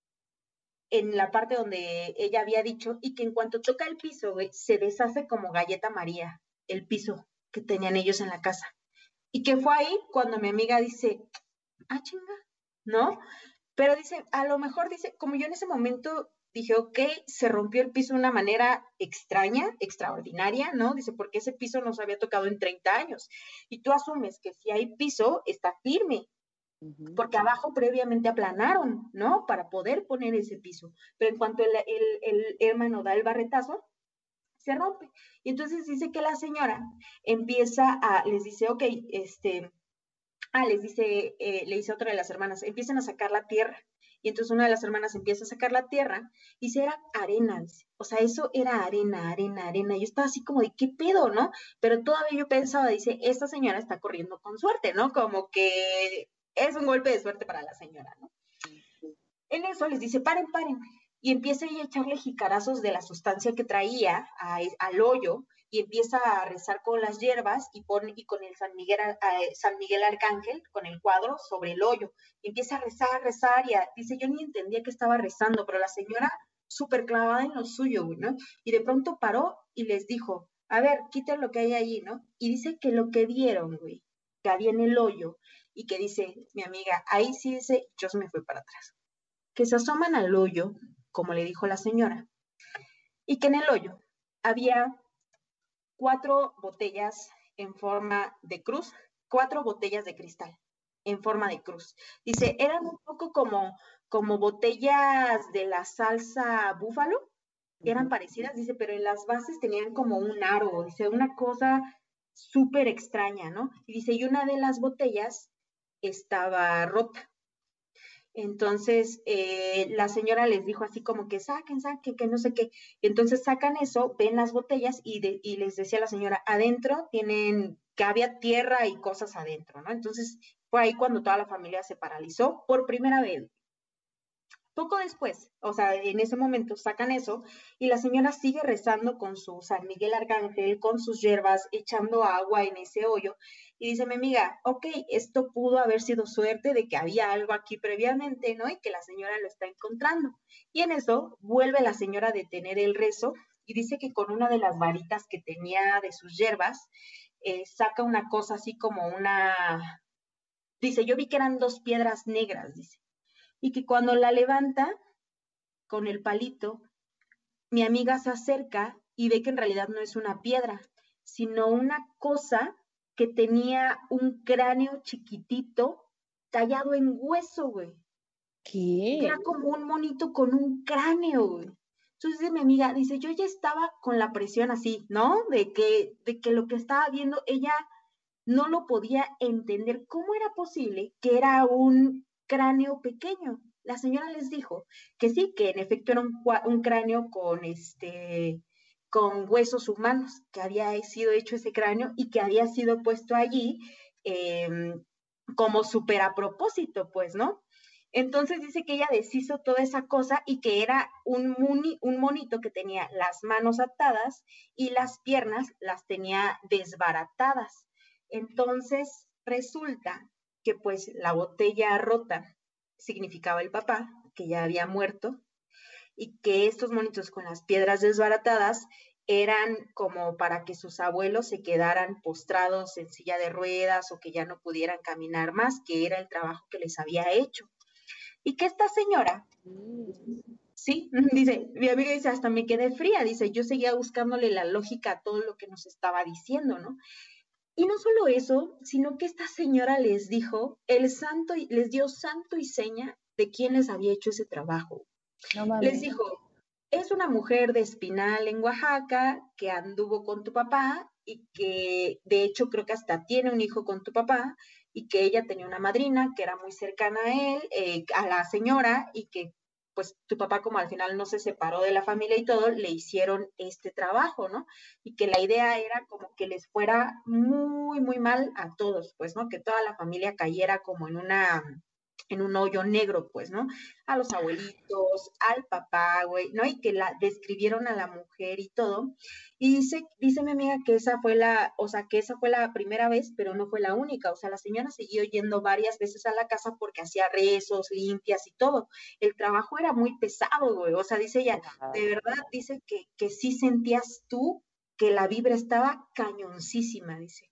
en la parte donde ella había dicho y que en cuanto toca el piso, güey, se deshace como galleta María, el piso que tenían ellos en la casa. Y que fue ahí cuando mi amiga dice, ah, chinga, ¿no? Pero dice, a lo mejor dice, como yo en ese momento dije, ok, se rompió el piso de una manera extraña, extraordinaria, ¿no? Dice, porque ese piso no se había tocado en treinta años. Y tú asumes que si hay piso, está firme, Ujú. porque abajo previamente aplanaron, ¿no? Para poder poner ese piso. Pero en cuanto el, el, el hermano da el barretazo, se rompe. Y entonces dice que la señora empieza a, les dice, ok, este, ah, les dice, eh, le dice a otra de las hermanas, empiezan a sacar la tierra. Y entonces una de las hermanas empieza a sacar la tierra y dice, era arena, dice. O sea, eso era arena, arena, arena. Yo estaba así como de, ¿qué pedo, no? Pero todavía yo pensaba, dice, esta señora está corriendo con suerte, ¿no? Como que es un golpe de suerte para la señora, ¿no? En eso les dice, paren, paren. Y empieza ella a echarle jicarazos de la sustancia que traía a, al hoyo y empieza a rezar con las hierbas y, pone, y con el San Miguel, a, San Miguel Arcángel, con el cuadro sobre el hoyo. Y empieza a rezar, a rezar y a, dice, yo ni entendía que estaba rezando, pero la señora súper clavada en lo suyo, ¿no? Y de pronto paró y les dijo, a ver, quiten lo que hay ahí, ¿no? Y dice que lo que vieron, güey, que había en el hoyo y que dice mi amiga, ahí sí dice, yo se me fui para atrás, que se asoman al hoyo, como le dijo la señora, y que en el hoyo había cuatro botellas en forma de cruz, cuatro botellas de cristal en forma de cruz. Dice, eran un poco como, como botellas de la salsa búfalo, eran Ujú. parecidas, dice, pero en las bases tenían como un aro, dice, una cosa súper extraña, ¿no? Y dice, y una de las botellas estaba rota. Entonces, eh, la señora les dijo así como que saquen, saquen, que no sé qué. Entonces sacan eso, ven las botellas y, de, y les decía la señora, adentro tienen, que había tierra y cosas adentro, ¿no? Entonces fue ahí cuando toda la familia se paralizó por primera vez. Poco después, o sea, en ese momento sacan eso y la señora sigue rezando con su San Miguel Arcángel, con sus hierbas, echando agua en ese hoyo. Y dice mi amiga, ok, esto pudo haber sido suerte de que había algo aquí previamente, ¿no? Y que la señora lo está encontrando. Y en eso vuelve la señora a detener el rezo y dice que con una de las varitas que tenía de sus hierbas, eh, saca una cosa así como una, dice, yo vi que eran dos piedras negras, dice, y que cuando la levanta con el palito, mi amiga se acerca y ve que en realidad no es una piedra, sino una cosa que tenía un cráneo chiquitito tallado en hueso, güey. Y que ¿Qué? era como un monito con un cráneo, güey. Entonces dice mi amiga, dice, yo ya estaba con la presión así, ¿no? De que, de que lo que estaba viendo, ella no lo podía entender. ¿Cómo era posible que era un cráneo pequeño? La señora les dijo que sí, que en efecto era un, un cráneo con este con huesos humanos, que había sido hecho ese cráneo y que había sido puesto allí eh, como súper a propósito, pues, ¿no? Entonces dice que ella deshizo toda esa cosa y que era un, muni, un monito que tenía las manos atadas y las piernas las tenía desbaratadas. Entonces resulta que pues la botella rota significaba el papá, que ya había muerto, y que estos monitos con las piedras desbaratadas eran como para que sus abuelos se quedaran postrados en silla de ruedas o que ya no pudieran caminar más, que era el trabajo que les había hecho. Y que esta señora, sí, dice, mi amiga dice, hasta me quedé fría, dice, yo seguía buscándole la lógica a todo lo que nos estaba diciendo, ¿no? Y no solo eso, sino que esta señora les dijo, el santo, les dio santo y seña de quién les había hecho ese trabajo. No Les mames. dijo, es una mujer de Espinal en Oaxaca que anduvo con tu papá y que de hecho creo que hasta tiene un hijo con tu papá y que ella tenía una madrina que era muy cercana a él, eh, a la señora, y que pues tu papá como al final no se separó de la familia y todo, le hicieron este trabajo, ¿no? Y que la idea era como que les fuera muy, muy mal a todos, pues, ¿no? Que toda la familia cayera como en una en un hoyo negro, pues, ¿no? A los abuelitos, al papá, güey, ¿no? Y que la describieron a la mujer y todo. Y dice, dice mi amiga que esa fue la, o sea, que esa fue la primera vez, pero no fue la única. O sea, la señora siguió yendo varias veces a la casa porque hacía rezos, limpias y todo. El trabajo era muy pesado, güey. O sea, dice ella, de verdad, dice que, que sí sentías tú que la vibra estaba cañoncísima, dice.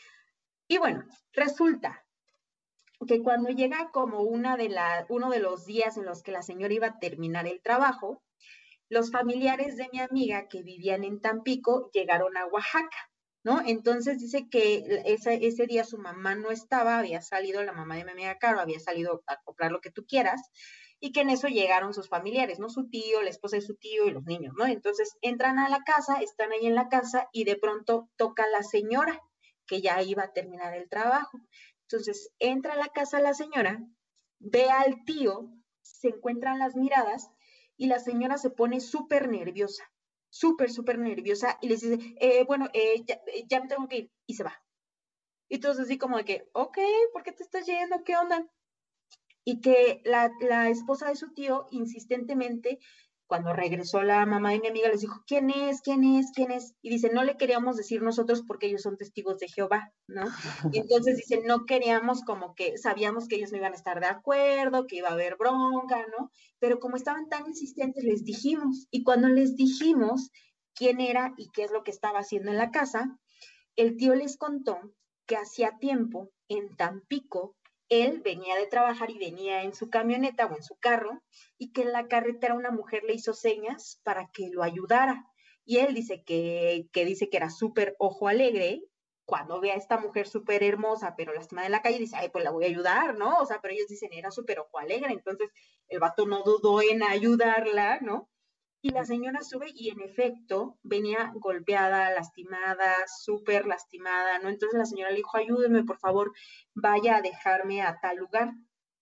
Y bueno, resulta que cuando llega como una de la, uno de los días en los que la señora iba a terminar el trabajo, los familiares de mi amiga que vivían en Tampico llegaron a Oaxaca, ¿no? Entonces dice que ese, ese día su mamá no estaba, había salido la mamá de mi amiga Caro, había salido a comprar lo que tú quieras, y que en eso llegaron sus familiares, ¿no? Su tío, la esposa de su tío y los niños, ¿no? Entonces entran a la casa, están ahí en la casa y de pronto toca la señora que ya iba a terminar el trabajo. Entonces entra a la casa la señora, ve al tío, se encuentran las miradas y la señora se pone súper nerviosa, súper, súper nerviosa y les dice, eh, bueno, eh, ya, ya, me tengo que ir y se va. Y entonces así como de que, ok, ¿por qué te estás yendo? ¿Qué onda? Y que la, la esposa de su tío insistentemente, cuando regresó la mamá de mi amiga, les dijo, ¿quién es? ¿Quién es? ¿Quién es? Y dice, no le queríamos decir nosotros porque ellos son testigos de Jehová, ¿no? Y entonces dice, no queríamos como que, sabíamos que ellos no iban a estar de acuerdo, que iba a haber bronca, ¿no? Pero como estaban tan insistentes, les dijimos. Y cuando les dijimos quién era y qué es lo que estaba haciendo en la casa, el tío les contó que hacía tiempo en Tampico él venía de trabajar y venía en su camioneta o en su carro y que en la carretera una mujer le hizo señas para que lo ayudara. Y él dice que, que dice que era súper ojo alegre. Cuando ve a esta mujer súper hermosa, pero lastimada en la calle, dice, ay, pues la voy a ayudar, ¿no? O sea, pero ellos dicen, era súper ojo alegre. Entonces, el vato no dudó en ayudarla, ¿no? Y la señora sube y en efecto venía golpeada, lastimada, súper lastimada, ¿no? Entonces la señora le dijo, ayúdeme, por favor, vaya a dejarme a tal lugar.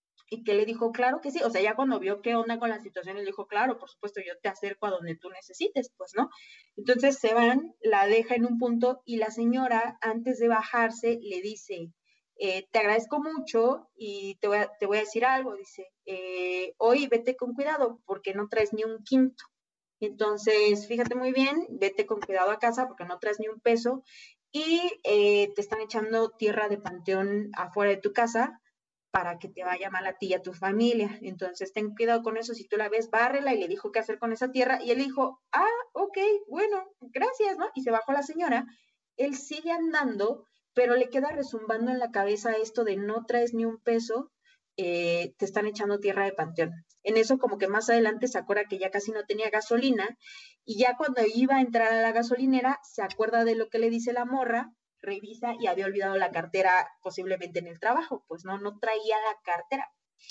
Y que le dijo, claro que sí. O sea, ya cuando vio qué onda con la situación, le dijo, claro, por supuesto, yo te acerco a donde tú necesites, pues, ¿no? Entonces se van, la deja en un punto y la señora, antes de bajarse, le dice, eh, te agradezco mucho y te voy a, te voy a decir algo, dice, eh, hoy vete con cuidado porque no traes ni un quinto. Entonces, fíjate muy bien, vete con cuidado a casa porque no traes ni un peso y eh, te están echando tierra de panteón afuera de tu casa para que te vaya mal a ti y a tu familia. Entonces, ten cuidado con eso. Si tú la ves, bárrela y le dijo qué hacer con esa tierra. Y él dijo, ah, ok, bueno, gracias, ¿no? Y se bajó la señora. Él sigue andando, pero le queda rezumbando en la cabeza esto de no traes ni un peso, eh, te están echando tierra de panteón. En eso como que más adelante se acuerda que ya casi no tenía gasolina y ya cuando iba a entrar a la gasolinera se acuerda de lo que le dice la morra, revisa y había olvidado la cartera posiblemente en el trabajo, pues no, no traía la cartera.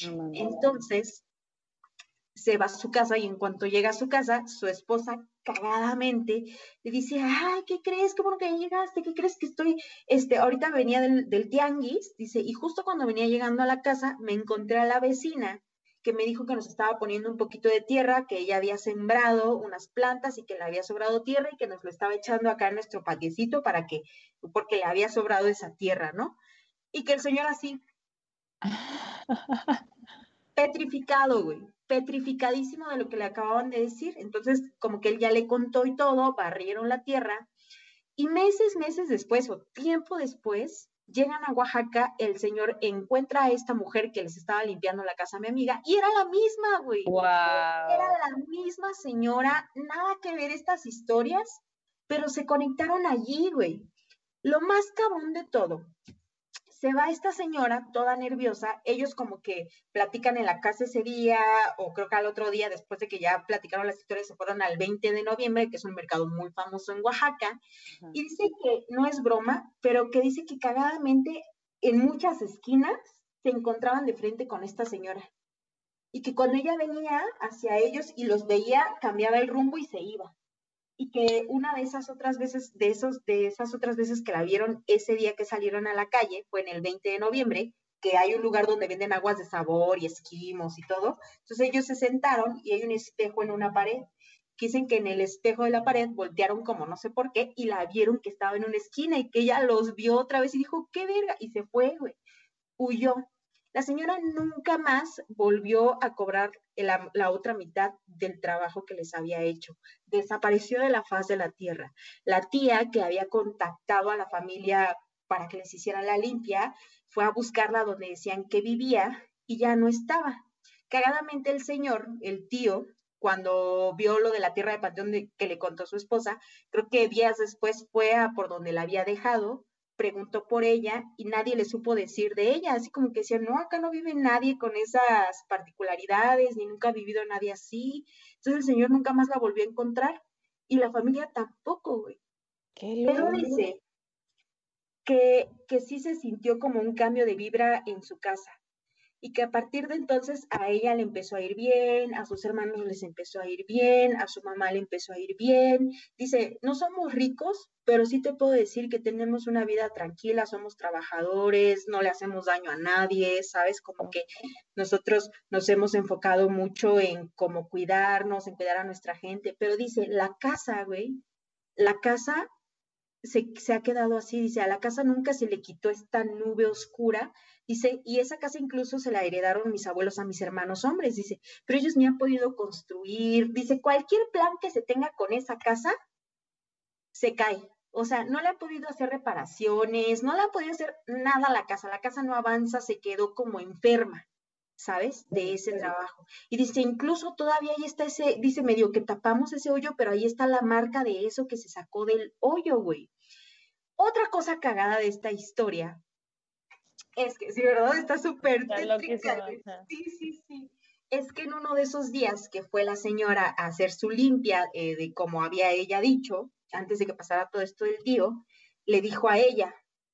Entonces se va a su casa y en cuanto llega a su casa, su esposa cagadamente le dice, ay, ¿qué crees? ¿Qué bueno que ya llegaste? ¿Qué crees que estoy? Este, ahorita venía del, del tianguis, dice, y justo cuando venía llegando a la casa, me encontré a la vecina que me dijo que nos estaba poniendo un poquito de tierra, que ella había sembrado unas plantas y que le había sobrado tierra y que nos lo estaba echando acá en nuestro patiecito para que, porque le había sobrado esa tierra, ¿no? Y que el señor así, petrificado, güey, petrificadísimo de lo que le acababan de decir. Entonces, como que él ya le contó y todo, barrieron la tierra. Y meses, meses después, o tiempo después, llegan a Oaxaca, el señor encuentra a esta mujer que les estaba limpiando la casa a mi amiga, y era la misma, güey. Wow. Era la misma señora, nada que ver estas historias, pero se conectaron allí, güey. Lo más cabrón de todo, se va esta señora toda nerviosa, ellos como que platican en la casa ese día, o creo que al otro día, después de que ya platicaron las historias, se fueron al veinte de noviembre, que es un mercado muy famoso en Oaxaca, uh-huh. Y dice que no es broma, pero que dice que cagadamente en muchas esquinas se encontraban de frente con esta señora, y que cuando ella venía hacia ellos y los veía, cambiaba el rumbo y se iba. Y que una de esas otras veces, de, esos, de esas otras veces que la vieron ese día que salieron a la calle, fue en el veinte de noviembre, que hay un lugar donde venden aguas de sabor y esquimos y todo. Entonces ellos se sentaron y hay un espejo en una pared. Dicen que en el espejo de la pared voltearon como no sé por qué y la vieron que estaba en una esquina y que ella los vio otra vez y dijo, qué verga, y se fue, güey, huyó. La señora nunca más volvió a cobrar la, la otra mitad del trabajo que les había hecho. Desapareció de la faz de la tierra. La tía que había contactado a la familia para que les hicieran la limpia, fue a buscarla donde decían que vivía y ya no estaba. Cagadamente el señor, el tío, cuando vio lo de la tierra de panteón de, que le contó su esposa, creo que días después fue a por donde la había dejado, preguntó por ella y nadie le supo decir de ella, así como que decían, no, acá no vive nadie con esas particularidades, ni nunca ha vivido nadie así. Entonces el señor nunca más la volvió a encontrar y la familia tampoco, güey. Qué Pero loco. dice que, que sí se sintió como un cambio de vibra en su casa y que a partir de entonces a ella le empezó a ir bien, a sus hermanos les empezó a ir bien, a su mamá le empezó a ir bien. Dice, no somos ricos, pero sí te puedo decir que tenemos una vida tranquila, somos trabajadores, no le hacemos daño a nadie, ¿sabes? Como que nosotros nos hemos enfocado mucho en cómo cuidarnos, en cuidar a nuestra gente, pero dice, la casa, güey, la casa se, se ha quedado así, dice, a la casa nunca se le quitó esta nube oscura, dice, y esa casa incluso se la heredaron mis abuelos a mis hermanos hombres, dice, pero ellos ni han podido construir, dice, cualquier plan que se tenga con esa casa, se cae, o sea, no le han podido hacer reparaciones, no le han podido hacer nada a la casa, la casa no avanza, se quedó como enferma, ¿sabes? De ese trabajo. Y dice, incluso todavía ahí está ese, dice medio que tapamos ese hoyo, pero ahí está la marca de eso que se sacó del hoyo, güey. Otra cosa cagada de esta historia es que, sí, ¿verdad? Está súper tétrica. Sí, sí, sí. Es que en uno de esos días que fue la señora a hacer su limpia, eh, de como había ella dicho, antes de que pasara todo esto del tío, le dijo a ella,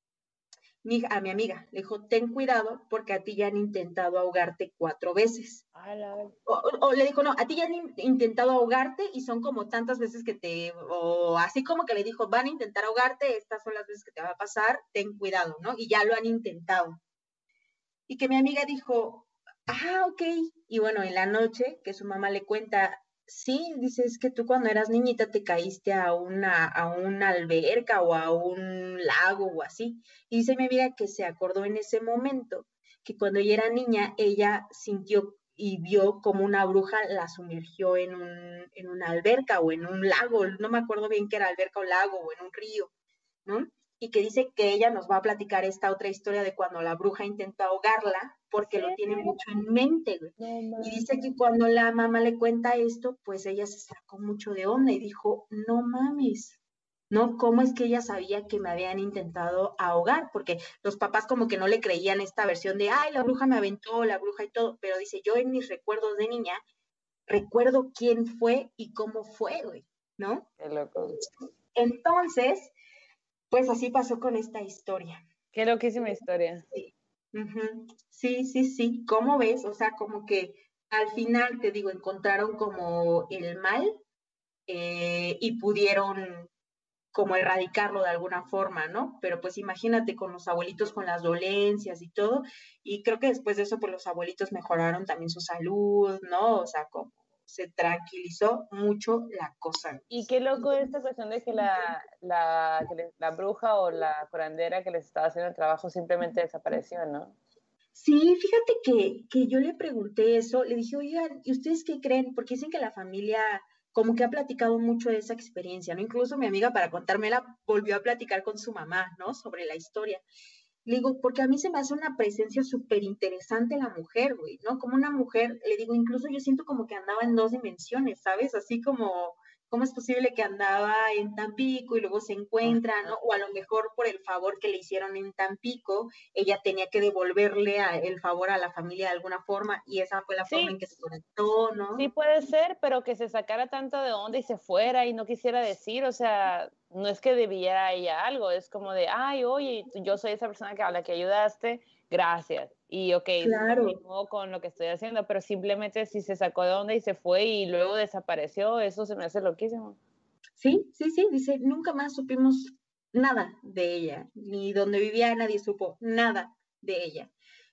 mi, a mi amiga, le dijo, ten cuidado porque a ti ya han intentado ahogarte cuatro veces. O, o, o le dijo, no, a ti ya han in, intentado ahogarte y son como tantas veces que te, o así como que le dijo, van a intentar ahogarte, estas son las veces que te va a pasar, ten cuidado, ¿no? Y ya lo han intentado. Y que mi amiga dijo, ah, ok. Y bueno, en la noche que su mamá le cuenta, sí, dice, es que tú cuando eras niñita te caíste a una, a una alberca o a un lago o así. Y dice mi amiga que se acordó en ese momento que cuando ella era niña, ella sintió y vio como una bruja la sumergió en, un, en una alberca o en un lago, no me acuerdo bien qué era alberca o lago o en un río, ¿no? Y que dice que ella nos va a platicar esta otra historia de cuando la bruja intentó ahogarla, porque ¿sí? Lo tiene mucho en mente, güey. No, y dice que cuando la mamá le cuenta esto, pues ella se sacó mucho de onda y dijo, no mames, ¿no? ¿Cómo es que ella sabía que me habían intentado ahogar? Porque los papás como que no le creían esta versión de, ay, la bruja me aventó, la bruja y todo, pero dice, yo en mis recuerdos de niña, recuerdo quién fue y cómo fue, güey, ¿no? Qué loco. Entonces, pues así pasó con esta historia. Qué loquísima historia. Sí. Uh-huh. Sí, sí, sí. ¿Cómo ves? O sea, como que al final, te digo, encontraron como el mal eh, y pudieron como erradicarlo de alguna forma, ¿no? Pero pues imagínate con los abuelitos con las dolencias y todo, y creo que después de eso, pues los abuelitos mejoraron también su salud, ¿no? O sea, como se tranquilizó mucho la cosa. Y qué loco esta cuestión de que la, la, que le, la bruja o la curandera que les estaba haciendo el trabajo simplemente desapareció, ¿no? Sí, fíjate que, que yo le pregunté eso, le dije, oigan, ¿y ustedes qué creen? Porque dicen que la familia como que ha platicado mucho de esa experiencia, ¿no? Incluso mi amiga para contármela volvió a platicar con su mamá, ¿no? Sobre la historia. Le digo, porque a mí se me hace una presencia súper interesante la mujer, güey, ¿no? Como una mujer, le digo, incluso yo siento como que andaba en dos dimensiones, ¿sabes? Así como, ¿cómo es posible que andaba en Tampico y luego se encuentra, ¿no? O a lo mejor por el favor que le hicieron en Tampico, ella tenía que devolverle a, el favor a la familia de alguna forma y esa fue la sí, forma en que se conectó, ¿no? Sí puede ser, pero que se sacara tanto de onda y se fuera y no quisiera decir, o sea, no es que debiera a ella algo, es como de, ay, oye, yo soy esa persona que a la que ayudaste, gracias. Y ok, claro. continúo con lo que estoy haciendo, pero simplemente si se sacó de onda y se fue y luego desapareció, eso se me hace loquísimo. Sí, sí, sí, dice, nunca más supimos nada de ella, ni donde vivía nadie supo nada de ella.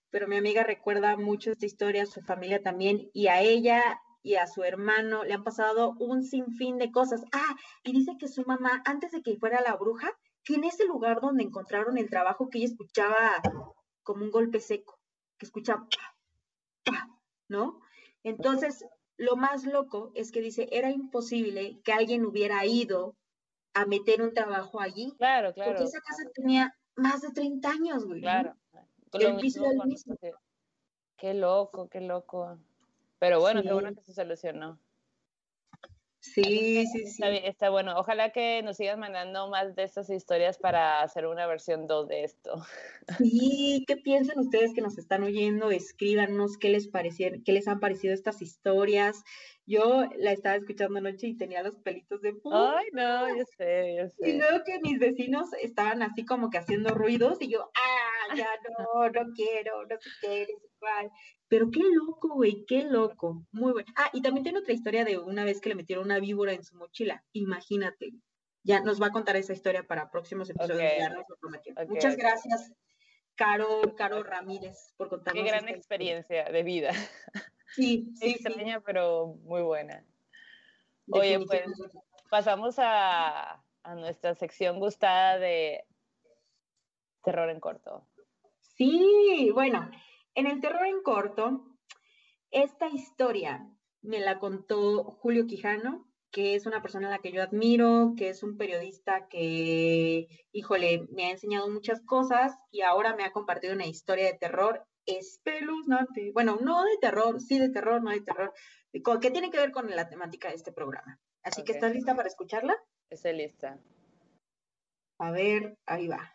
pero mi amiga recuerda mucho esta historia, su familia también, y a ella y a su hermano le han pasado un sinfín de cosas. Ah, y dice que su mamá, antes de que fuera la bruja, que en ese lugar donde encontraron el trabajo, que ella escuchaba como un golpe seco, que escuchaba, ¿no? Entonces, lo más loco es que dice, era imposible que alguien hubiera ido a meter un trabajo allí, Claro, porque claro, esa casa tenía más de treinta años, güey, claro. ¿no? Lo El piso mismo era el con... mismo. Qué loco, qué loco. Pero bueno, qué bueno Sí, que se solucionó. Así sí, que sí, está, sí. bien, está bueno. Ojalá que nos sigas mandando más de estas historias para hacer una versión dos de esto. Sí, ¿qué piensan ustedes que nos están oyendo? Escríbanos qué les parecieron, qué les han parecido estas historias. Yo la estaba escuchando anoche y tenía los pelitos de punta. Ay, no, yo sé, yo Y sé. luego que mis vecinos estaban así como que haciendo ruidos y yo, ah, ya no, no quiero, no sé qué, no sé cuál. Pero qué loco, güey, qué loco. Muy bueno. Ah, y también tiene otra historia de una vez que le metieron una víbora en su mochila. Imagínate. Ya nos va a contar esa historia para próximos Ok, episodios, ya nos lo prometió. ok, Muchas ok. gracias, Caro, Caro Ramírez, por Qué contarnos gran esta historia. experiencia de vida. Sí, sí, sí, Extraña, pero muy buena. Oye, pues definitivamente. pasamos a, a nuestra sección gustada de terror en corto. Sí, bueno, en el terror en corto, esta historia me la contó Julio Quijano, que es una persona a la que yo admiro, que es un periodista que, híjole, me ha enseñado muchas cosas y ahora me ha compartido una historia de terror espeluznante. Bueno, no de terror, sí de terror, no de terror, que tiene que ver con la temática de este programa. Así que, Ok, ¿estás lista para escucharla? estoy lista. A ver, ahí va.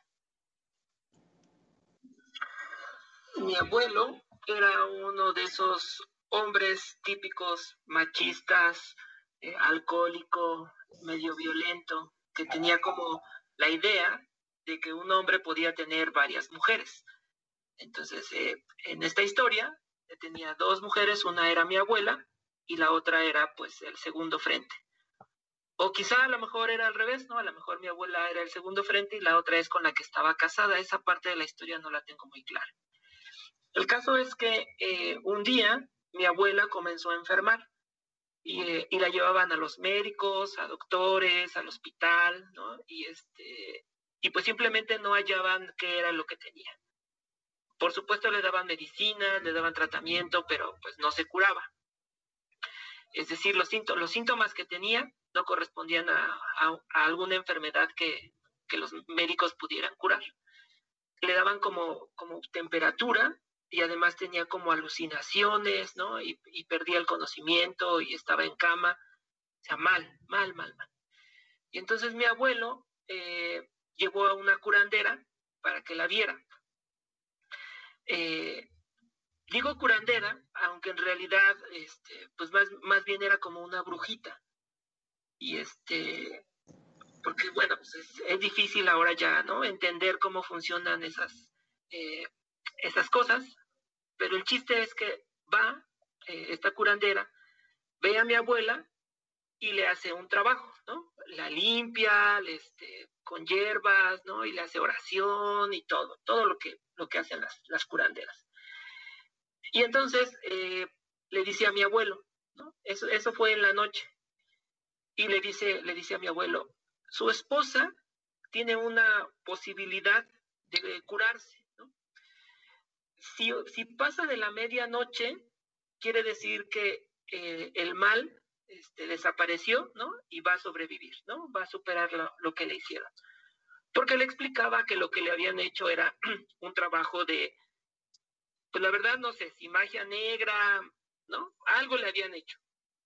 Mi abuelo era uno de esos hombres típicos machistas, eh, alcohólico, medio violento, que tenía como la idea de que un hombre podía tener varias mujeres. Entonces, eh, en esta historia, eh, tenía dos mujeres, una era mi abuela y la otra era pues el segundo frente. O quizá a lo mejor era al revés, ¿no? A lo mejor mi abuela era el segundo frente y la otra es con la que estaba casada. Esa parte de la historia no la tengo muy clara. El caso es que eh, un día mi abuela comenzó a enfermar y, eh, y la llevaban a los médicos, a doctores, al hospital, ¿no? Y, este, y pues simplemente no hallaban qué era lo que tenía. Por supuesto le daban medicinas, le daban tratamiento, pero pues no se curaba. Es decir, los, síntomas, los síntomas que tenía no correspondían a, a, a alguna enfermedad que, que los médicos pudieran curar. Le daban como, como temperatura y además tenía como alucinaciones, ¿no? Y, y perdía el conocimiento y estaba en cama. O sea, mal, mal, mal, mal. Y entonces mi abuelo eh, llevó a una curandera para que la viera. Eh, digo curandera, aunque en realidad, este, pues más, más bien era como una brujita. Y este, porque bueno, pues es, es difícil ahora ya, ¿no? Entender cómo funcionan esas, eh, esas cosas, pero el chiste es que va eh, esta curandera, ve a mi abuela y le hace un trabajo, ¿no? La limpia, este, con hierbas, ¿no? Y le hace oración y todo, todo lo que, lo que hacen las, las curanderas. Y entonces eh, le dice a mi abuelo, ¿no? Eso, eso fue en la noche. Y le dice, le dice a mi abuelo, su esposa tiene una posibilidad de curarse, ¿no? Si, si pasa de la medianoche, quiere decir que eh, el mal este, desapareció, ¿no? Y va a sobrevivir, ¿no? Va a superar lo, lo que le hicieron. Porque le explicaba que lo que le habían hecho era un trabajo de, pues la verdad no sé, si magia negra, ¿no? Algo le habían hecho.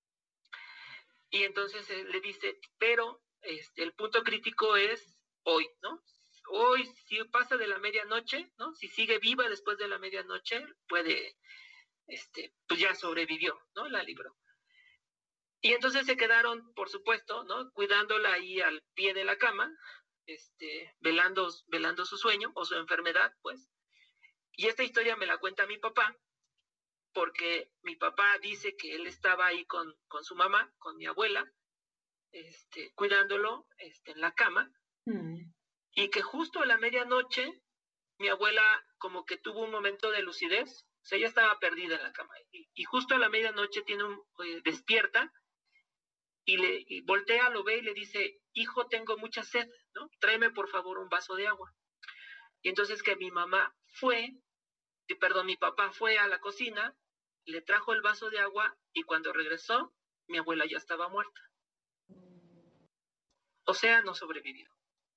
Y entonces eh, le dice, pero este, el punto crítico es hoy, ¿no? Hoy, si pasa de la medianoche, ¿no? Si sigue viva después de la medianoche, puede, este, pues ya sobrevivió, ¿no? La libró. Y entonces se quedaron, por supuesto, ¿no? Cuidándola ahí al pie de la cama, este, velando, velando su sueño o su enfermedad, pues. Y esta historia me la cuenta mi papá, porque mi papá dice que él estaba ahí con, con su mamá, con mi abuela, este, cuidándolo este, en la cama, mm. y que justo a la medianoche mi abuela como que tuvo un momento de lucidez, o sea, ella estaba perdida en la cama, y, y justo a la medianoche tiene un, eh, despierta, y, le, y voltea, lo ve y le dice, hijo, tengo mucha sed, ¿no? Tráeme por favor un vaso de agua. Y entonces que mi mamá fue, perdón, mi papá fue a la cocina, le trajo el vaso de agua, y cuando regresó, mi abuela ya estaba muerta. O sea, no sobrevivió.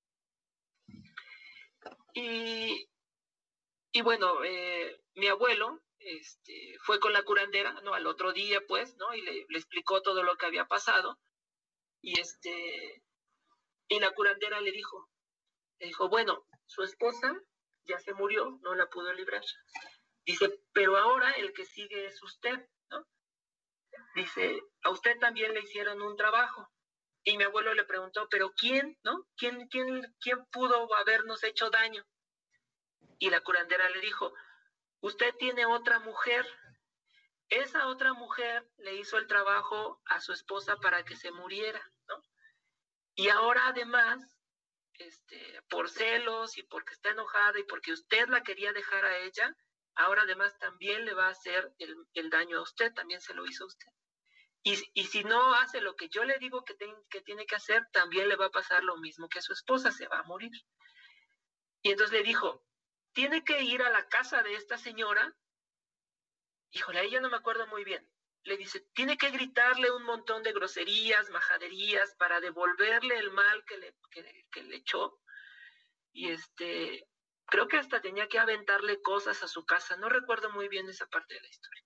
Y, y bueno, eh, mi abuelo este, fue con la curandera, ¿no? Al otro día, pues, ¿no? Y le, le explicó todo lo que había pasado. Y, este, y la curandera le dijo, le dijo, bueno, su esposa ya se murió, no la pudo librar. Dice, pero ahora el que sigue es usted, ¿no? Dice, a usted también le hicieron un trabajo. Y mi abuelo le preguntó, ¿pero quién, no? ¿Quién, quién, quién pudo habernos hecho daño? Y la curandera le dijo, usted tiene otra mujer. Esa otra mujer le hizo el trabajo a su esposa para que se muriera, ¿no? Y ahora además, este, por celos y porque está enojada y porque usted la quería dejar a ella, ahora además también le va a hacer el, el daño a usted, también se lo hizo a usted. Y, y si no hace lo que yo le digo que, ten, que tiene que hacer, también le va a pasar lo mismo que a su esposa, se va a morir. Y entonces le dijo, tiene que ir a la casa de esta señora. Híjole, ahí ya no me acuerdo muy bien. Le dice, tiene que gritarle un montón de groserías, majaderías, para devolverle el mal que le, que, que le echó. Y este, creo que hasta tenía que aventarle cosas a su casa. No recuerdo muy bien esa parte de la historia.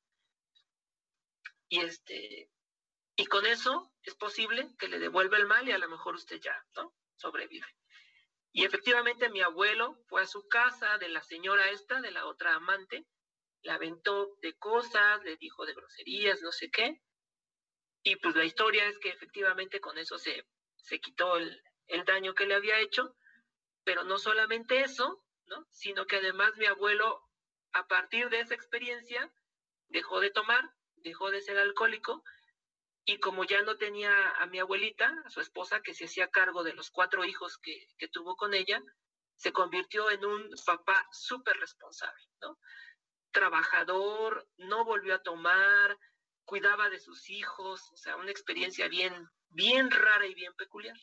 Y este... Y con eso es posible que le devuelva el mal y a lo mejor usted ya, ¿no? Sobrevive. Y efectivamente mi abuelo fue a su casa de la señora esta, de la otra amante, la aventó de cosas, le dijo de groserías, no sé qué. Y pues la historia es que efectivamente con eso se, se quitó el, el daño que le había hecho. Pero no solamente eso, ¿no? Sino que además mi abuelo, a partir de esa experiencia, dejó de tomar, dejó de ser alcohólico. Y como ya no tenía a mi abuelita, a su esposa, que se hacía cargo de los cuatro hijos que, que tuvo con ella, se convirtió en un papá súper responsable, ¿no? Trabajador, no volvió a tomar, cuidaba de sus hijos, o sea, una experiencia bien, bien rara y bien peculiar.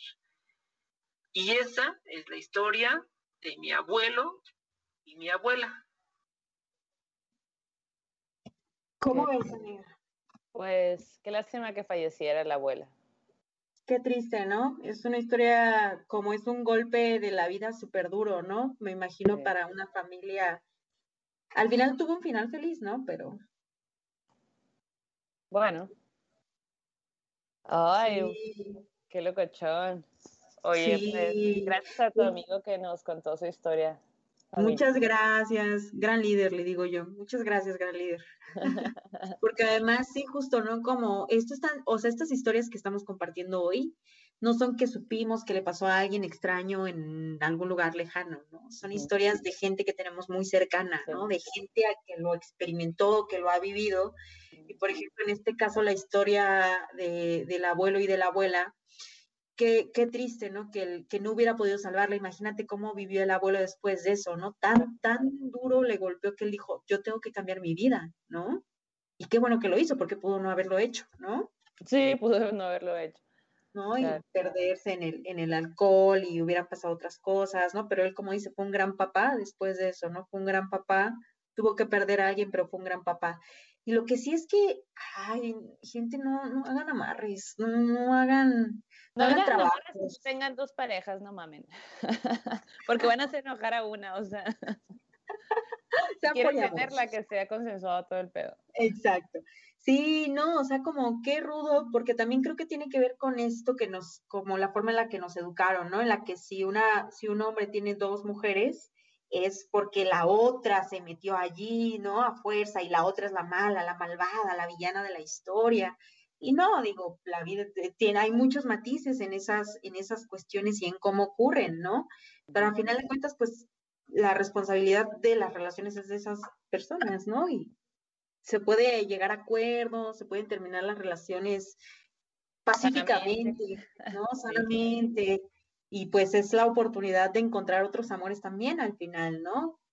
Y esa es la historia de mi abuelo y mi abuela. ¿Cómo ves, amiga? Pues qué lástima que falleciera la abuela. Qué triste, ¿no? Es una historia, como es un golpe de la vida súper duro, ¿no? Me imagino Sí. para una familia. Al final tuvo un final feliz, ¿no? Pero Bueno. Ay, sí, qué locochón. Oye, pues sí. gracias a tu amigo que nos contó su historia familiar. Muchas gracias, gran líder, le digo yo. Muchas gracias, gran líder. Porque además, sí, justo, ¿no? Como esto están, o sea, estas historias que estamos compartiendo hoy, no son que supimos que le pasó a alguien extraño en algún lugar lejano, ¿no? Son historias de gente que tenemos muy cercana, ¿no? De gente a que lo experimentó, que lo ha vivido. Y por ejemplo, en este caso, la historia de, del abuelo y de la abuela, Qué, qué triste, ¿no? Que, el, que no hubiera podido salvarla. Imagínate cómo vivió el abuelo después de eso, ¿no? Tan, tan duro le golpeó que él dijo, yo tengo que cambiar mi vida, ¿no? Y qué bueno que lo hizo, porque pudo no haberlo hecho, ¿no? Sí, pudo no haberlo hecho. ¿No? Claro. Y perderse en el, en el alcohol y hubieran pasado otras cosas, ¿no? Pero él, como dice, fue un gran papá después de eso, ¿no? Fue un gran papá, tuvo que perder a alguien, pero fue un gran papá. Y lo que sí es que, ay, gente, no, no hagan amarres, no, no hagan, no No hagan hagan trabajos. amarres, tengan dos parejas, no mamen. Porque van a hacer enojar a una, o sea. Si quieren tenerla, que sea consensuado todo el pedo. Exacto. Sí, no, o sea, como qué rudo, porque también creo que tiene que ver con esto que nos, como la forma en la que nos educaron, ¿no? En la que si una, si un hombre tiene dos mujeres, es porque la otra se metió allí, ¿no? A fuerza, y la otra es la mala, la malvada, la villana de la historia. Y no, digo, la vida tiene, hay muchos matices en esas, en esas cuestiones y en cómo ocurren, ¿no? Pero al final de cuentas, pues, la responsabilidad de las relaciones es de esas personas, ¿no? Y se puede llegar a acuerdos, se pueden terminar las relaciones pacíficamente, Sanamente. ¿no? Sanamente. Y pues es la oportunidad de encontrar otros amores también al final, ¿no?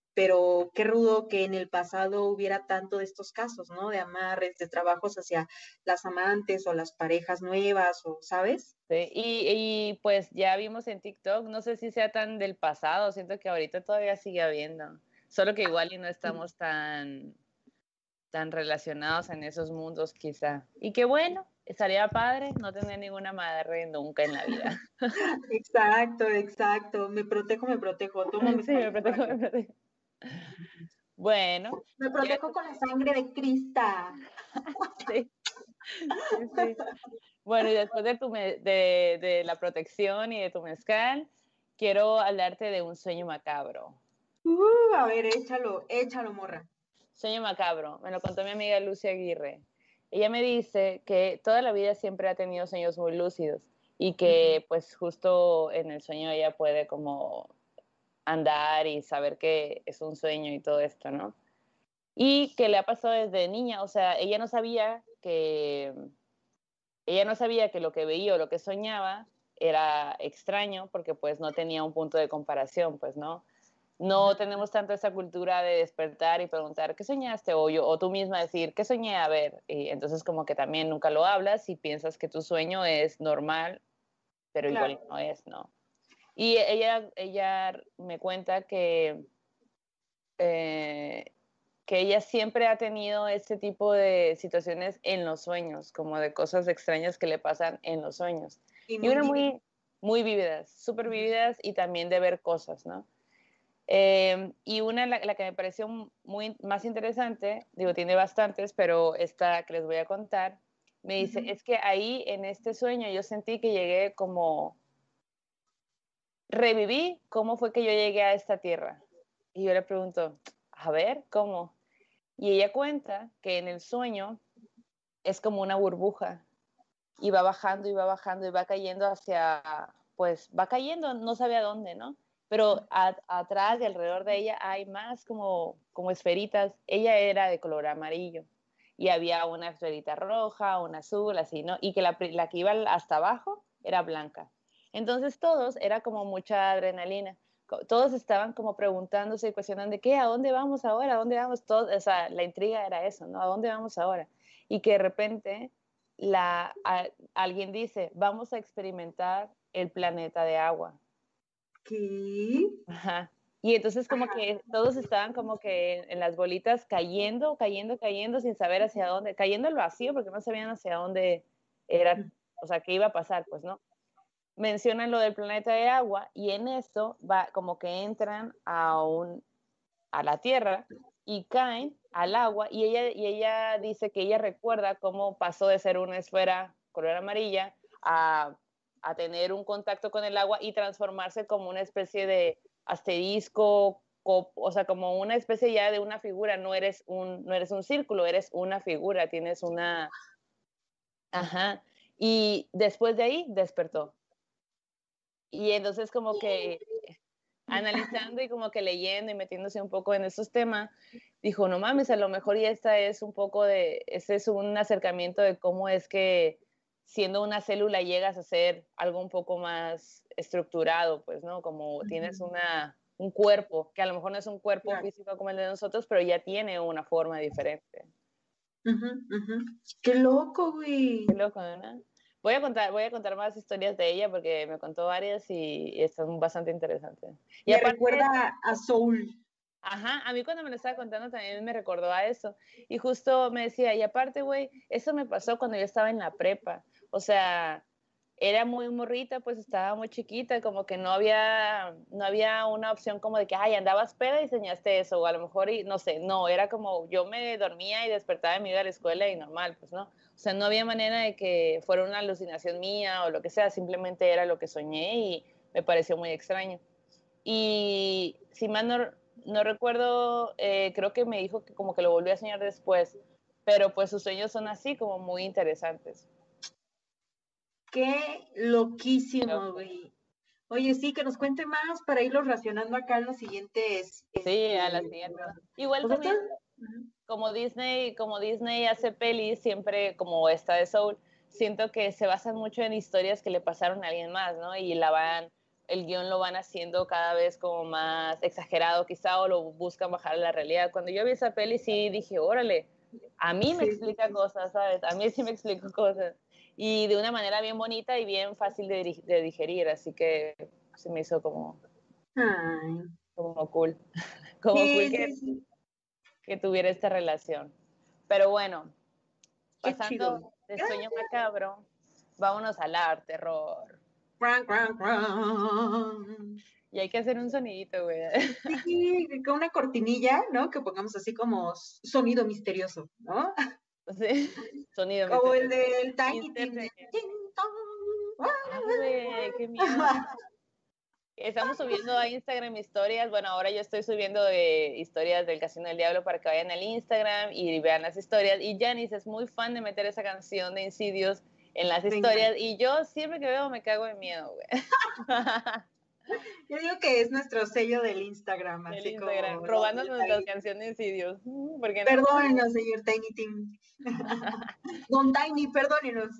pero qué rudo que en el pasado hubiera tanto de estos casos, ¿no? De amarres, de trabajos hacia las amantes o las parejas nuevas, o, ¿sabes? Sí, y, y pues ya vimos en TikTok, no sé si sea tan del pasado, siento que ahorita todavía sigue habiendo, solo que igual y no estamos tan, tan relacionados en esos mundos quizá. Y qué bueno, estaría padre no tener ninguna madre nunca en la vida. Exacto, exacto. Me protejo, me protejo. Tomo Sí, me mezcalina para protejo, que- me protejo. Bueno, Me ya protejo con la sangre de Crista. sí, sí, sí. Bueno, y después de, tu me- de, de la protección y de tu mezcal, quiero hablarte de un sueño macabro. Uh, a ver, échalo, échalo, morra. Sueño macabro, me lo contó mi amiga Lucia Aguirre. Ella me dice que toda la vida siempre ha tenido sueños muy lúcidos y que pues justo en el sueño ella puede como andar y saber que es un sueño y todo esto, ¿no? Y que le ha pasado desde niña, o sea, ella no sabía que ella no sabía que lo que veía o lo que soñaba era extraño porque pues no tenía un punto de comparación, pues, ¿no? No tenemos tanto esa cultura de despertar y preguntar, ¿qué soñaste? O, yo, o tú misma decir, ¿qué soñé? A ver, y entonces como que también nunca lo hablas y piensas que tu sueño es normal, pero Claro. igual no es, ¿no? Y ella, ella me cuenta que, eh, que ella siempre ha tenido este tipo de situaciones en los sueños, como de cosas extrañas que le pasan en los sueños. Y Y muy una vívido. muy, muy vívidas, súper vívidas y también de ver cosas, ¿no? Eh, y una, la, la, que me pareció muy más interesante, digo, tiene bastantes, pero esta que les voy a contar, me dice, uh-huh. Es que ahí en este sueño yo sentí que llegué como, reviví cómo fue que yo llegué a esta tierra. Y yo le pregunto, a ver, ¿cómo? Y ella cuenta que en el sueño es como una burbuja y va bajando y va bajando y va cayendo hacia, pues va cayendo, no sabe a dónde, ¿no? Pero a, atrás y alrededor de ella hay más como, como esferitas. Ella era de color amarillo y había una esferita roja, una azul, así, ¿no? Y que la, la que iba hasta abajo era blanca. Entonces todos, era como mucha adrenalina. Todos estaban como preguntándose y cuestionando de qué, ¿a dónde vamos ahora? ¿A dónde vamos? Todos, o sea, la intriga era eso, ¿no? ¿A dónde vamos ahora? Y que de repente la, a, alguien dice, vamos a experimentar el planeta de agua. ¿Qué? Ajá. Y entonces como Ajá. que todos estaban como que en, en las bolitas cayendo, cayendo, cayendo sin saber hacia dónde, cayendo al vacío porque no sabían hacia dónde era, o sea, qué iba a pasar, pues, ¿no? Mencionan lo del planeta de agua y en esto va como que entran a, un, a la Tierra y caen al agua y ella, y ella dice que ella recuerda cómo pasó de ser una esfera color amarilla a, a tener un contacto con el agua y transformarse como una especie de asterisco, cop, o sea, como una especie ya de una figura, no eres un, no eres un círculo, eres una figura, tienes una... Ajá. Y después de ahí despertó. Y entonces como que analizando y como que leyendo y metiéndose un poco en esos temas, dijo, no mames, a lo mejor y esta es un poco de, ese es un acercamiento de cómo es que siendo una célula llegas a ser algo un poco más estructurado, pues, ¿no? Como uh-huh. tienes una, un cuerpo, que a lo mejor no es un cuerpo yeah. físico como el de nosotros, pero ya tiene una forma diferente. Uh -huh, uh -huh. Qué loco, güey. Qué loco, ¿no? Voy a contar, voy a contar más historias de ella porque me contó varias y, y están bastante interesantes. Y me aparte, recuerda a Soul. Ajá, a mí cuando me lo estaba contando también me recordó a eso. Y justo me decía, y aparte, güey, eso me pasó cuando yo estaba en la prepa. O sea, era muy morrita, pues estaba muy chiquita, como que no había, no había una opción como de que, ay, andabas peda y enseñaste eso, o a lo mejor, y, no sé, no, era como yo me dormía y despertaba y me iba a la escuela y normal, pues no. O sea, no había manera de que fuera una alucinación mía o lo que sea, simplemente era lo que soñé y me pareció muy extraño. Y si mal no, no recuerdo, eh, creo que me dijo que como que lo volvió a soñar después, pero pues sus sueños son así como muy interesantes. Qué loquísimo, güey. Oye, sí, que nos cuente más para irlos racionando acá en los siguientes. Sí, este, a las siguientes. Igual pues también, esto... como Disney, como Disney hace pelis, siempre como esta de Soul, siento que se basan mucho en historias que le pasaron a alguien más, ¿no? Y la van el guión lo van haciendo cada vez como más exagerado quizá, o lo buscan bajar a la realidad. Cuando yo vi esa peli sí dije, órale, a mí me Sí, explica sí. cosas, ¿sabes? A mí sí me explica cosas. Y de una manera bien bonita y bien fácil de, de digerir, así que se me hizo como, Ay. como cool. Como cool Sí, que, sí, sí. que tuviera esta relación. Pero bueno, Qué pasando chido. de sueño macabro, vámonos al arte, terror. Cran, cran, cran. Y hay que hacer un sonidito, güey. Sí, con una cortinilla, ¿no? Que pongamos así como sonido misterioso, ¿no? Sí, sonido Como el misterioso. del Tiny Tim. Internet. Ting, tong. Ay, güey, qué miedo. Estamos subiendo a Instagram historias. Bueno, ahora yo estoy subiendo de historias del Casino del Diablo para que vayan al Instagram y vean las historias. Y Janice es muy fan de meter esa canción de Insidious en las historias. Y yo siempre que veo me cago en miedo, güey. Yo digo que es nuestro sello del Instagram, Del así Instagram, como robándonos nuestras canciones de Insidious. ¿Por qué no? Perdónenos, señor Tiny Tim. Don Tiny, perdónenos.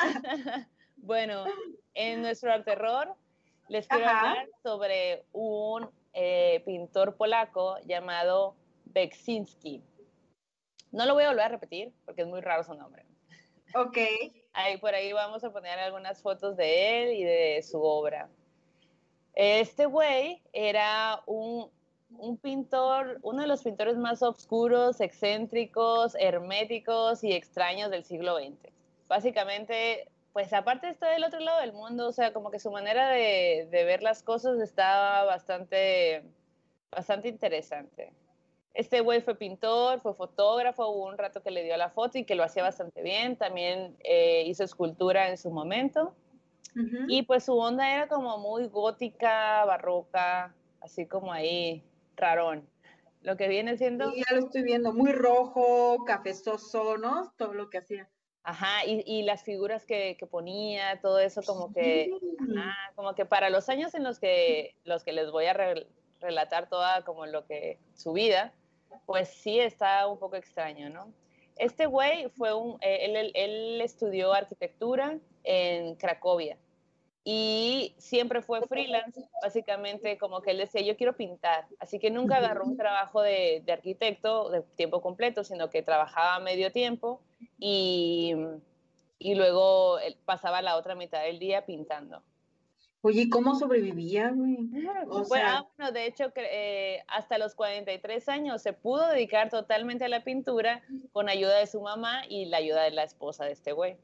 Bueno, en nuestro terror les quiero Ajá. hablar sobre un eh, pintor polaco llamado Beksinski. No lo voy a volver a repetir porque es muy raro su nombre. Ok. Ahí, por ahí vamos a poner algunas fotos de él y de su obra. Este güey era un, un pintor, uno de los pintores más oscuros, excéntricos, herméticos y extraños del siglo veinte. Básicamente, pues aparte está del otro lado del mundo, o sea, como que su manera de, de ver las cosas estaba bastante, bastante interesante. Este güey fue pintor, fue fotógrafo, hubo un rato que le dio a la foto y que lo hacía bastante bien. También eh, hizo escultura en su momento. Uh-huh. Y pues su onda era como muy gótica, barroca, así como ahí, rarón. Lo que viene siendo... Sí, ya lo estoy viendo, muy rojo, cafezoso, ¿no? Todo lo que hacía. Ajá, y, y las figuras que, que, ponía, todo eso como que... Sí. Ajá, como que para los años en los que, los que les voy a re relatar toda como lo que... su vida, pues sí está un poco extraño, ¿no? Este güey fue un... Eh, él, él, él estudió arquitectura en Cracovia. Y siempre fue freelance, básicamente como que él decía, yo quiero pintar, así que nunca agarró un trabajo de, de arquitecto de tiempo completo, sino que trabajaba medio tiempo y, y luego pasaba la otra mitad del día pintando. Oye, ¿cómo sobrevivía, güey? O Bueno, sea, ah, bueno, de hecho, eh, hasta los cuarenta y tres años se pudo dedicar totalmente a la pintura con ayuda de su mamá y la ayuda de la esposa de este güey.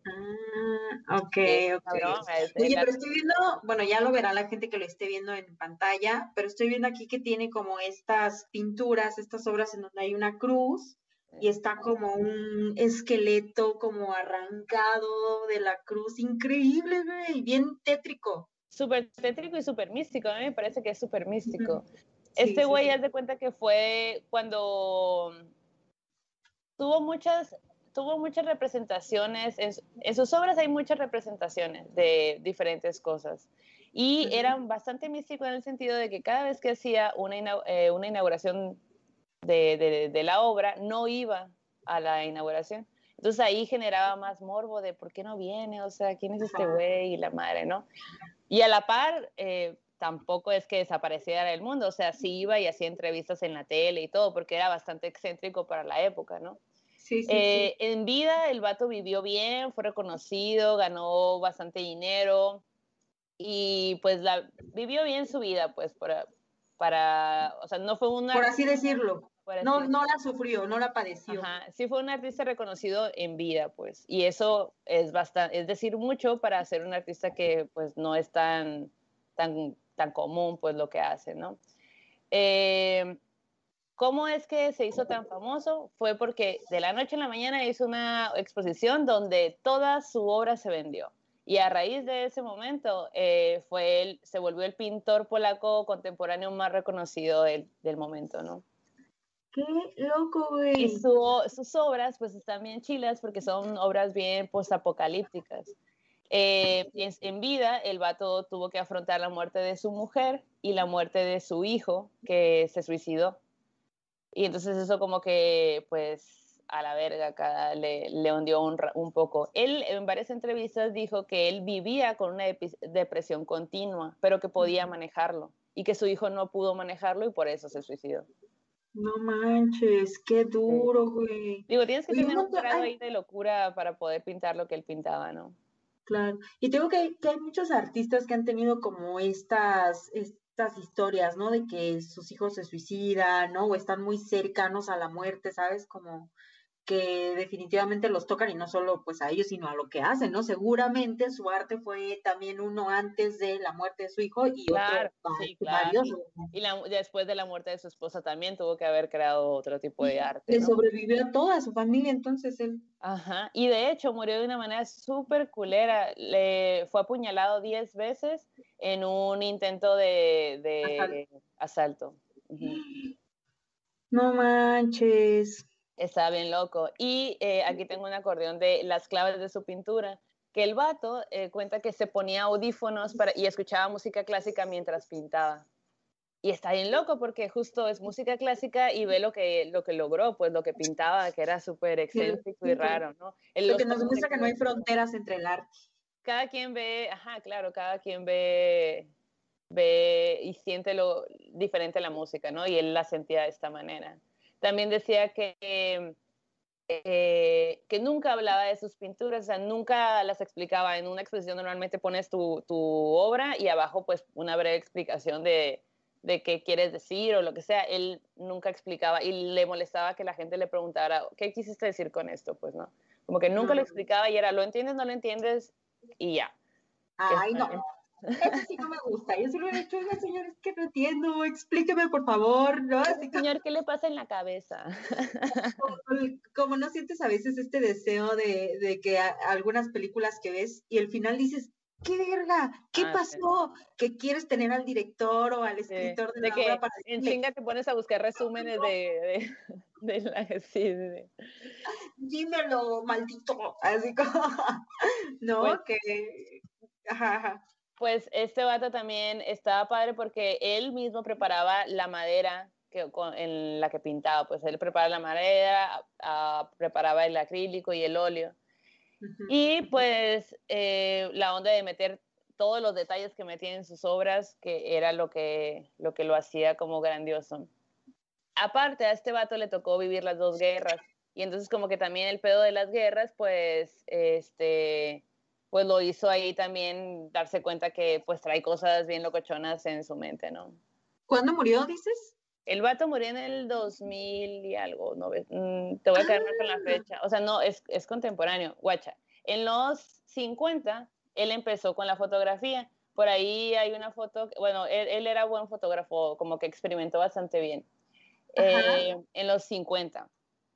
ah, ok, Es ok. cabrón, es, Oye, la... pero estoy viendo, bueno, ya lo verá la gente que lo esté viendo en pantalla, pero estoy viendo aquí que tiene como estas pinturas, estas obras en donde hay una cruz y está como un esqueleto como arrancado de la cruz. Increíble, güey, bien tétrico. Súper tétrico y súper místico, a mí me parece que es súper místico. Uh-huh. Sí, Este güey, sí, sí. haz de cuenta que fue cuando tuvo muchas, tuvo muchas representaciones, en, en sus obras hay muchas representaciones de diferentes cosas. Y uh-huh. eran bastante místicos en el sentido de que cada vez que hacía una, eh, una inauguración de, de, de la obra, no iba a la inauguración. Entonces ahí generaba más morbo de por qué no viene, o sea, ¿quién es este güey? Y la madre, ¿no? Y a la par, eh, tampoco es que desapareciera del mundo, o sea, sí iba y hacía entrevistas en la tele y todo, porque era bastante excéntrico para la época, ¿no? Sí, sí, eh, sí. En vida, el vato vivió bien, fue reconocido, ganó bastante dinero y pues la, vivió bien su vida, pues, para, para, o sea, no fue una... Por así decirlo. Por así no, decirlo. no la sufrió, no la padeció. Ajá, sí fue un artista reconocido en vida, pues, y eso es bastante, es decir mucho para ser un artista que, pues, no es tan, tan, tan común, pues, lo que hace, ¿no? Eh, ¿Cómo es que se hizo tan famoso? Fue porque de la noche a la mañana hizo una exposición donde toda su obra se vendió. Y a raíz de ese momento eh, fue él, se volvió el pintor polaco contemporáneo más reconocido del, del momento, ¿no? ¡Qué loco, güey! Y su, sus obras, pues, están bien chilas porque son obras bien postapocalípticas. Eh, en, en vida, el vato tuvo que afrontar la muerte de su mujer y la muerte de su hijo, que se suicidó. Y entonces eso como que, pues, a la verga acá, le, le hundió un, un poco. Él en varias entrevistas dijo que él vivía con una depresión continua, pero que podía manejarlo y que su hijo no pudo manejarlo y por eso se suicidó. No manches, qué duro, güey. Digo, tienes que Oye, tener un montón, grado ay, ahí de locura para poder pintar lo que él pintaba, ¿no? claro. Y tengo que, hay- que hay muchos artistas que han tenido como estas, estas historias, ¿no? De que sus hijos se suicidan, ¿no? O están muy cercanos a la muerte, ¿sabes? Como que definitivamente los tocan y no solo pues a ellos, sino a lo que hacen, ¿no? Seguramente su arte fue también uno antes de la muerte de su hijo y Claro, otro va- sí, claro. varios. Y, y la, después de la muerte de su esposa también tuvo que haber creado otro tipo de arte, Le ¿no? sobrevivió a toda su familia, entonces él. Ajá. Y de hecho murió de una manera súper culera. Le fue apuñalado diez veces en un intento de, Ajá. de asalto. Ujú. No manches. Estaba bien loco. Y eh, aquí tengo un acordeón de las claves de su pintura, que el vato eh, cuenta que se ponía audífonos para, y escuchaba música clásica mientras pintaba. Y está bien loco porque justo es música clásica y ve lo que, lo que logró, pues lo que pintaba, que era súper Sí, excéntrico y sí, pues, raro, ¿no? En lo los que nos tonos de demuestra que no hay color. fronteras entre el arte. Cada quien ve, ajá, claro, cada quien ve, ve y siente lo diferente la música, ¿no? Y él la sentía de esta manera. También decía que, eh, que nunca hablaba de sus pinturas, o sea, nunca las explicaba. En una exposición normalmente pones tu, tu obra y abajo pues una breve explicación de, de qué quieres decir o lo que sea. Él nunca explicaba y le molestaba que la gente le preguntara, ¿qué quisiste decir con esto? Pues no, como que nunca No, lo no. explicaba y era, ¿lo entiendes, no lo entiendes? Y ya. Que Ay, está no. bien. Eso sí no me gusta. Yo solo he dicho, oiga, señor, es que no entiendo, explíqueme, por favor, ¿no? Así como, Señor, ¿qué le pasa en la cabeza? como no sientes a veces este deseo de, de que a- algunas películas que ves y al final dices, ¿qué verga? ¿Qué Ah, sí. pasó? Que quieres tener al director o al Sí, escritor de de la obra que para en decirle, chinga te pones a buscar resúmenes de, de, de la... Sí, sí, sí. dímelo, maldito. Así como, Pues, ¿no? Que, ajá, ajá. pues este vato también estaba padre porque él mismo preparaba la madera que, con, en la que pintaba. Pues él preparaba la madera, a, preparaba el acrílico y el óleo. Ujú. Y pues eh, la onda de meter todos los detalles que metía en sus obras, que era lo que, lo que lo hacía como grandioso. Aparte, a este vato le tocó vivir las dos guerras. Y entonces como que también el pedo de las guerras, pues, este, pues lo hizo ahí también darse cuenta que pues trae cosas bien locochonas en su mente, ¿no? ¿Cuándo murió, dices? El vato murió en el dos mil y algo, no, mm, te voy a quedar mal con la Ah, fecha. O sea, no, es, es contemporáneo. Guacha, en los cincuenta, él empezó con la fotografía. Por ahí hay una foto, bueno, él, él era buen fotógrafo, como que experimentó bastante bien. ajá. Eh, en los cincuenta.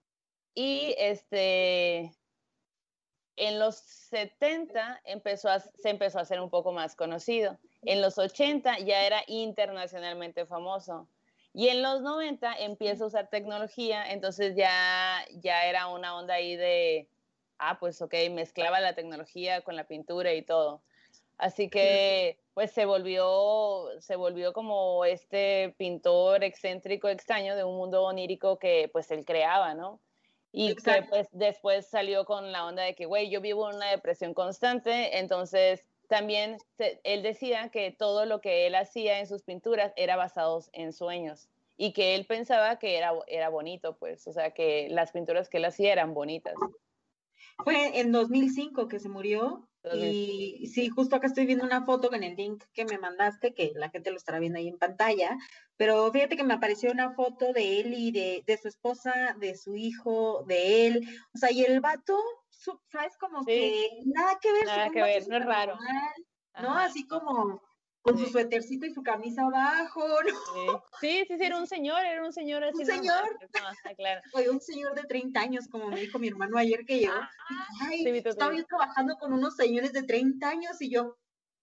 Y este, en los setenta empezó a, se empezó a hacer un poco más conocido. En los ochenta ya era internacionalmente famoso. Y en los noventa empieza a usar tecnología, entonces ya, ya era una onda ahí de, ah, pues ok, mezclaba la tecnología con la pintura y todo. Así que pues se volvió, se volvió como este pintor excéntrico extraño de un mundo onírico que pues él creaba, ¿no? Y que Exacto. pues después salió con la onda de que, güey, yo vivo una depresión constante, entonces también se, él decía que todo lo que él hacía en sus pinturas era basado en sueños y que él pensaba que era, era bonito, pues, o sea, que las pinturas que él hacía eran bonitas. Fue en dos mil cinco que se murió Entonces, y sí, justo acá estoy viendo una foto con el link que me mandaste, que la gente lo estará viendo ahí en pantalla, pero fíjate que me apareció una foto de él y de, de su esposa, de su hijo, de él, o sea, y el vato, su- ¿sabes? Como sí, que nada que ver, nada un que vato ver, no es súper raro. normal, ¿no? Ajá, Así como con su sí. suétercito y su camisa abajo, ¿no? Sí, sí, sí, sí, era un señor, era un señor Un así señor, normal, pues, no, ajá, claro. oye, un señor de treinta años, como me dijo mi hermano ayer que llegó, Ah, dijo, sí, ay, Vito, estaba sí. yo trabajando con unos señores de treinta años y yo,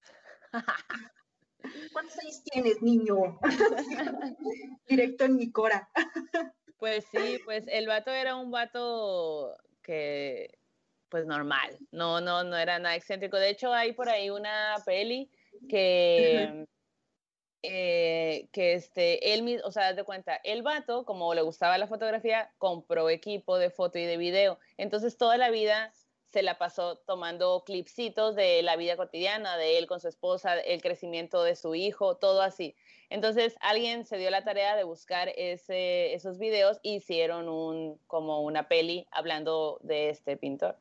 ¿cuántos años tienes, niño? Directo en mi cora. Pues sí, pues el vato era un vato que, pues normal, no, no, no era nada excéntrico. De hecho, hay por ahí una peli que, eh, que este, él mismo, o sea, de cuenta, el vato, como le gustaba la fotografía, compró equipo de foto y de video. Entonces toda la vida se la pasó tomando clipsitos de la vida cotidiana, de él con su esposa, el crecimiento de su hijo, todo así. Entonces alguien se dio la tarea de buscar ese, esos videos e hicieron un, como una peli hablando de este pintor.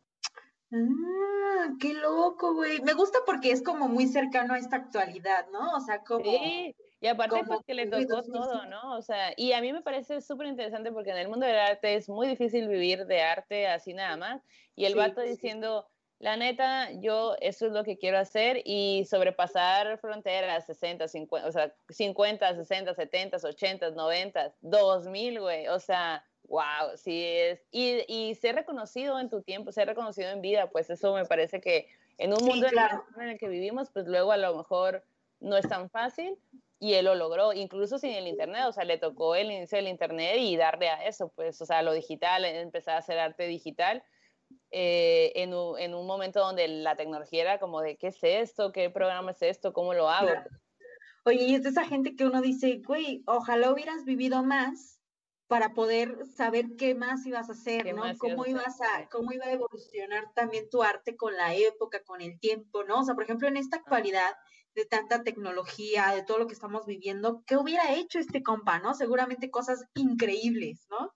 Ah, qué loco, güey. Me gusta porque es como muy cercano a esta actualidad, ¿no? O sea, como... Sí, y aparte pues como que le de tocó dos mil todo, cinco. ¿no? O sea, y a mí me parece súper interesante porque en el mundo del arte es muy difícil vivir de arte así nada más. Y el Sí, vato diciendo, la neta, yo eso es lo que quiero hacer y sobrepasar fronteras sesenta, cincuenta, o sea, cincuenta, sesenta, setenta, ochenta, noventa, dos mil, güey. O sea, wow, sí es. Y, y ser reconocido en tu tiempo, ser reconocido en vida, pues eso me parece que en un sí, mundo claro. en el que vivimos, pues luego a lo mejor no es tan fácil y él lo logró, incluso sin el internet, o sea, le tocó el inicio del internet y darle a eso, pues, o sea, lo digital, empezar a hacer arte digital eh, en, un, en, un momento donde la tecnología era como de, ¿qué es esto? ¿Qué programa es esto? ¿Cómo lo hago? Claro. Oye, y es de esa gente que uno dice, güey, ojalá hubieras vivido más para poder saber qué más ibas a hacer, ¿Qué ¿no? más ibas a Cómo hacer? ibas a, cómo iba a evolucionar también tu arte con la época, con el tiempo, ¿no? O sea, por ejemplo, en esta actualidad de tanta tecnología, de todo lo que estamos viviendo, ¿qué hubiera hecho este compa, no? Seguramente cosas increíbles, ¿no?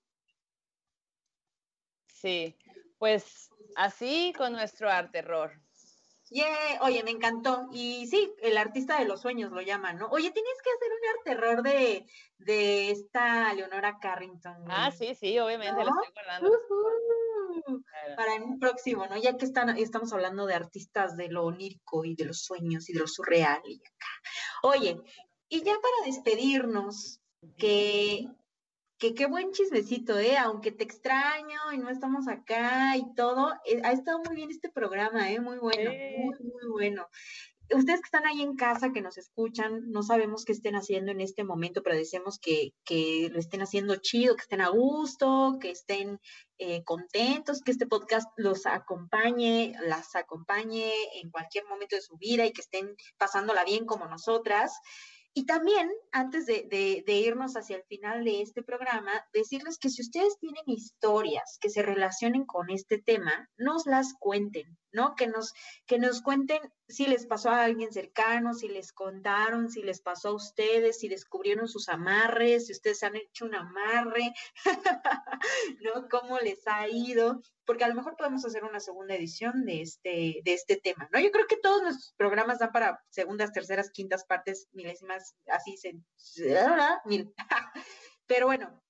Sí, pues así con nuestro arte error. Yeah, oye, me encantó. Y sí, el artista de los sueños lo llaman, ¿no? Oye, tienes que hacer un arte error de, de esta Leonora Carrington, Ah, güey. sí, sí, obviamente, ¿No? lo estoy guardando. Lo estoy Uh-huh. guardando. Para un próximo, ¿no? Ya que están, estamos hablando de artistas de lo onírico y de los sueños y de lo surreal y acá. Oye, y ya para despedirnos, que que qué buen chismecito, ¿eh? Aunque te extraño y no estamos acá y todo, eh, ha estado muy bien este programa, ¿eh? Muy bueno, muy, Sí. muy bueno. Ustedes que están ahí en casa, que nos escuchan, no sabemos qué estén haciendo en este momento, pero deseamos que, que lo estén haciendo chido, que estén a gusto, que estén eh, contentos, que este podcast los acompañe, las acompañe en cualquier momento de su vida y que estén pasándola bien como nosotras. Y también, antes de, de, de, irnos hacia el final de este programa, decirles que si ustedes tienen historias que se relacionen con este tema, nos las cuenten, ¿no? Que nos, que nos cuenten si les pasó a alguien cercano, si les contaron, si les pasó a ustedes, si descubrieron sus amarres, si ustedes han hecho un amarre, ¿no? ¿Cómo les ha ido? Porque a lo mejor podemos hacer una segunda edición de este, de este tema, ¿no? Yo creo que todos nuestros programas dan para segundas, terceras, quintas partes, milésimas, así se... Mil. Pero bueno,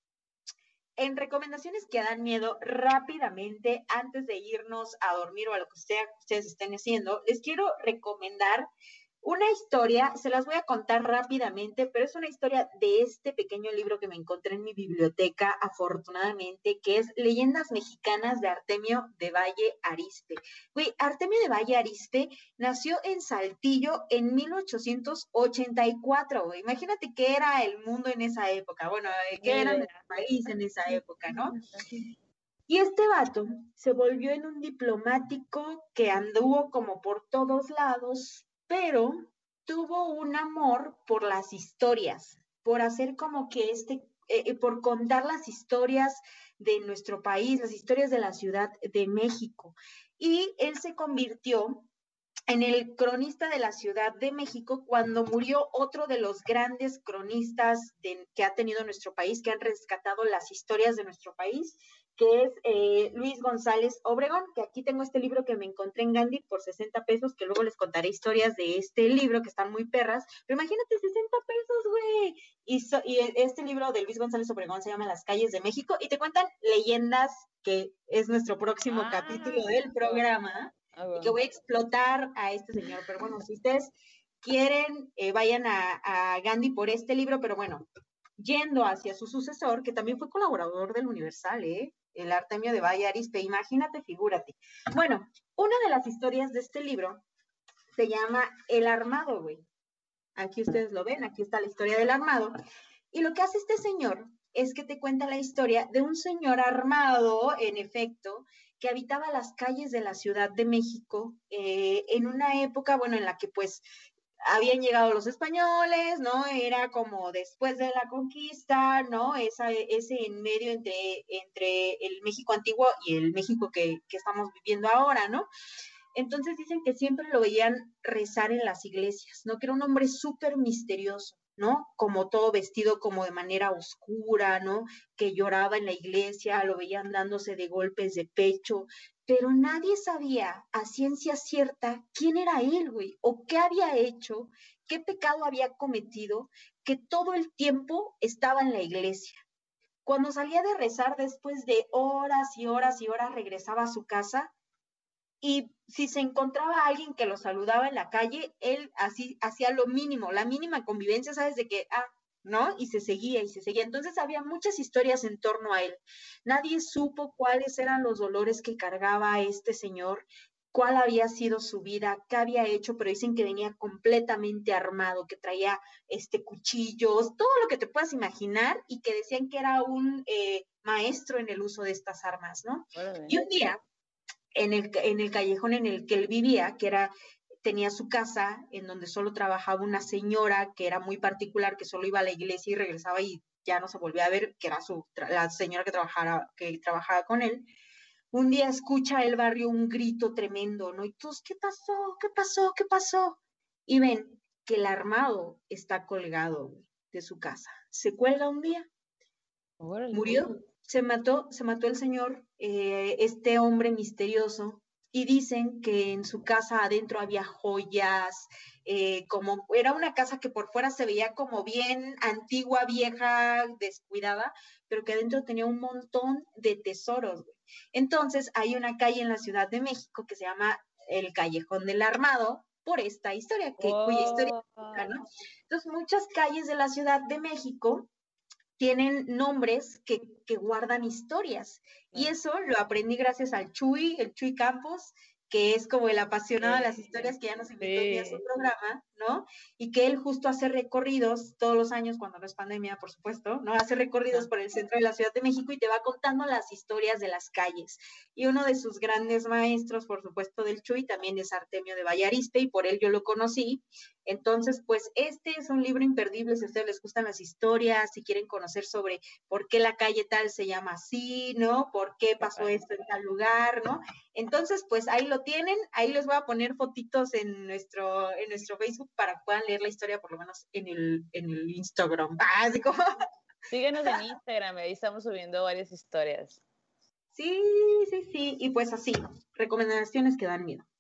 en recomendaciones que dan miedo rápidamente, antes de irnos a dormir o a lo que sea que ustedes estén haciendo, les quiero recomendar una historia, se las voy a contar rápidamente, pero es una historia de este pequeño libro que me encontré en mi biblioteca, afortunadamente, que es Leyendas Mexicanas de Artemio de Valle Arizpe. Güey, Artemio de Valle Arizpe nació en Saltillo en mil ochocientos ochenta y cuatro, güey. Imagínate qué era el mundo en esa época, bueno, qué era nuestro país en esa época, ¿no? Y este vato se volvió en un diplomático que anduvo como por todos lados, pero tuvo un amor por las historias, por hacer como que este, eh, por contar las historias de nuestro país, las historias de la Ciudad de México. Y él se convirtió en el cronista de la Ciudad de México cuando murió otro de los grandes cronistas de, que ha tenido nuestro país, que han rescatado las historias de nuestro país, que es eh, Luis González Obregón, que aquí tengo este libro que me encontré en Gandhi por sesenta pesos, que luego les contaré historias de este libro, que están muy perras, pero imagínate, sesenta pesos, güey. Y, so, y este libro de Luis González Obregón se llama Las calles de México, y te cuentan leyendas, que es nuestro próximo ah, capítulo del programa, oh, oh. y que voy a explotar a este señor, pero bueno, si ustedes quieren, eh, vayan a, a Gandhi por este libro, pero bueno, yendo hacia su sucesor, que también fue colaborador del Universal, ¿eh? El Artemio de Valle Arizpe, imagínate, figúrate. Bueno, una de las historias de este libro se llama El Armado, güey. Aquí ustedes lo ven, aquí está la historia del armado. Y lo que hace este señor es que te cuenta la historia de un señor armado, en efecto, que habitaba las calles de la Ciudad de México eh, en una época, bueno, en la que pues habían llegado los españoles, ¿no? Era como después de la conquista, ¿no? Esa, ese en medio entre, entre el México antiguo y el México que, que estamos viviendo ahora, ¿no? Entonces dicen que siempre lo veían rezar en las iglesias, ¿no? Que era un hombre súper misterioso, ¿no? Como todo vestido como de manera oscura, ¿no? Que lloraba en la iglesia, lo veían dándose de golpes de pecho, pero nadie sabía a ciencia cierta quién era él, güey, o qué había hecho, qué pecado había cometido, que todo el tiempo estaba en la iglesia. Cuando salía de rezar después de horas y horas y horas regresaba a su casa, y si se encontraba a alguien que lo saludaba en la calle, él así hacía lo mínimo, la mínima convivencia, ¿sabes? De que, ah, ¿no? Y se seguía y se seguía. Entonces había muchas historias en torno a él. Nadie supo cuáles eran los dolores que cargaba este señor, cuál había sido su vida, qué había hecho, pero dicen que venía completamente armado, que traía este, cuchillos, todo lo que te puedas imaginar, y que decían que era un eh, maestro en el uso de estas armas, ¿no? Bueno, y un día, en el, en el callejón en el que él vivía, que era, tenía su casa, en donde solo trabajaba una señora que era muy particular, que solo iba a la iglesia y regresaba y ya no se volvía a ver, que era su, la señora que trabajaba, que trabajaba con él. Un día escucha el barrio un grito tremendo, ¿no? Y todos, ¿qué pasó? ¿Qué pasó? ¿Qué pasó? Y ven que el armado está colgado de su casa. Se cuelga un día, murió, se mató, se mató el señor, eh, este hombre misterioso, y dicen que en su casa adentro había joyas, eh, como era una casa que por fuera se veía como bien antigua, vieja, descuidada, pero que adentro tenía un montón de tesoros, güey. Entonces hay una calle en la Ciudad de México que se llama el Callejón del Armado, por esta historia, que, oh. cuya historia, ¿no? Entonces muchas calles de la Ciudad de México tienen nombres que, que guardan historias. Y eso lo aprendí gracias al Chuy, el Chuy Campos, que es como el apasionado de las historias, que ya nos invitó sí. a su programa, ¿no? Y que él justo hace recorridos todos los años, cuando no es pandemia, por supuesto, ¿no? Hace recorridos por el centro de la Ciudad de México y te va contando las historias de las calles. Y uno de sus grandes maestros, por supuesto, del Chuy, también es Artemio de Vallarispe, y por él yo lo conocí. Entonces, pues, este es un libro imperdible si a ustedes les gustan las historias, si quieren conocer sobre por qué la calle tal se llama así, ¿no? Por qué pasó esto en tal lugar, ¿no? Entonces, pues, ahí lo tienen, ahí les voy a poner fotitos en nuestro, en nuestro Facebook para que puedan leer la historia, por lo menos en el, en el Instagram básico. Síguenos en Instagram, ahí estamos subiendo varias historias. Sí, sí, sí, y pues así, recomendaciones que dan miedo.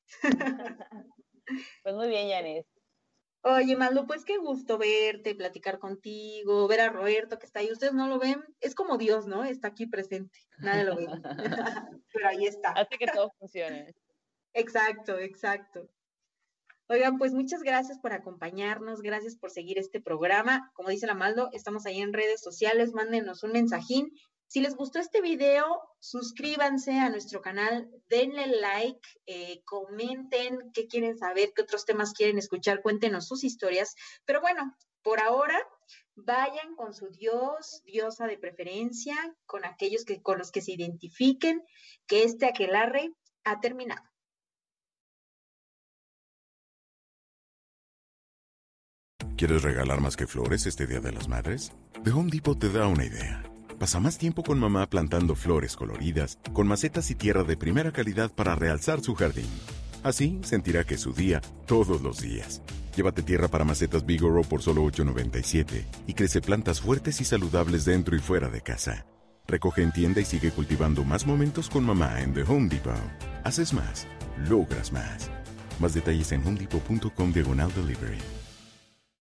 Pues muy bien, Yanis. Oye, Maldo, pues qué gusto verte, platicar contigo, ver a Roberto que está ahí. Ustedes no lo ven, es como Dios, ¿no? Está aquí presente, nadie lo ve. Pero ahí está. Hace que todo funcione. Exacto, exacto. Oigan, pues muchas gracias por acompañarnos, gracias por seguir este programa. Como dice la Maldo, estamos ahí en redes sociales, mándenos un mensajín. Si les gustó este video, suscríbanse a nuestro canal, denle like, eh, comenten qué quieren saber, qué otros temas quieren escuchar, cuéntenos sus historias. Pero bueno, por ahora, vayan con su dios, diosa de preferencia, con aquellos que, con los que se identifiquen, que este aquelarre ha terminado. ¿Quieres regalar más que flores este Día de las Madres? The Home Depot te da una idea. Pasa más tiempo con mamá plantando flores coloridas, con macetas y tierra de primera calidad para realzar su jardín. Así sentirá que es su día todos los días. Llévate tierra para macetas Vigoro por solo ocho noventa y siete y crece plantas fuertes y saludables dentro y fuera de casa. Recoge en tienda y sigue cultivando más momentos con mamá en The Home Depot. Haces más, logras más. Más detalles en homedepot punto com diagonal delivery.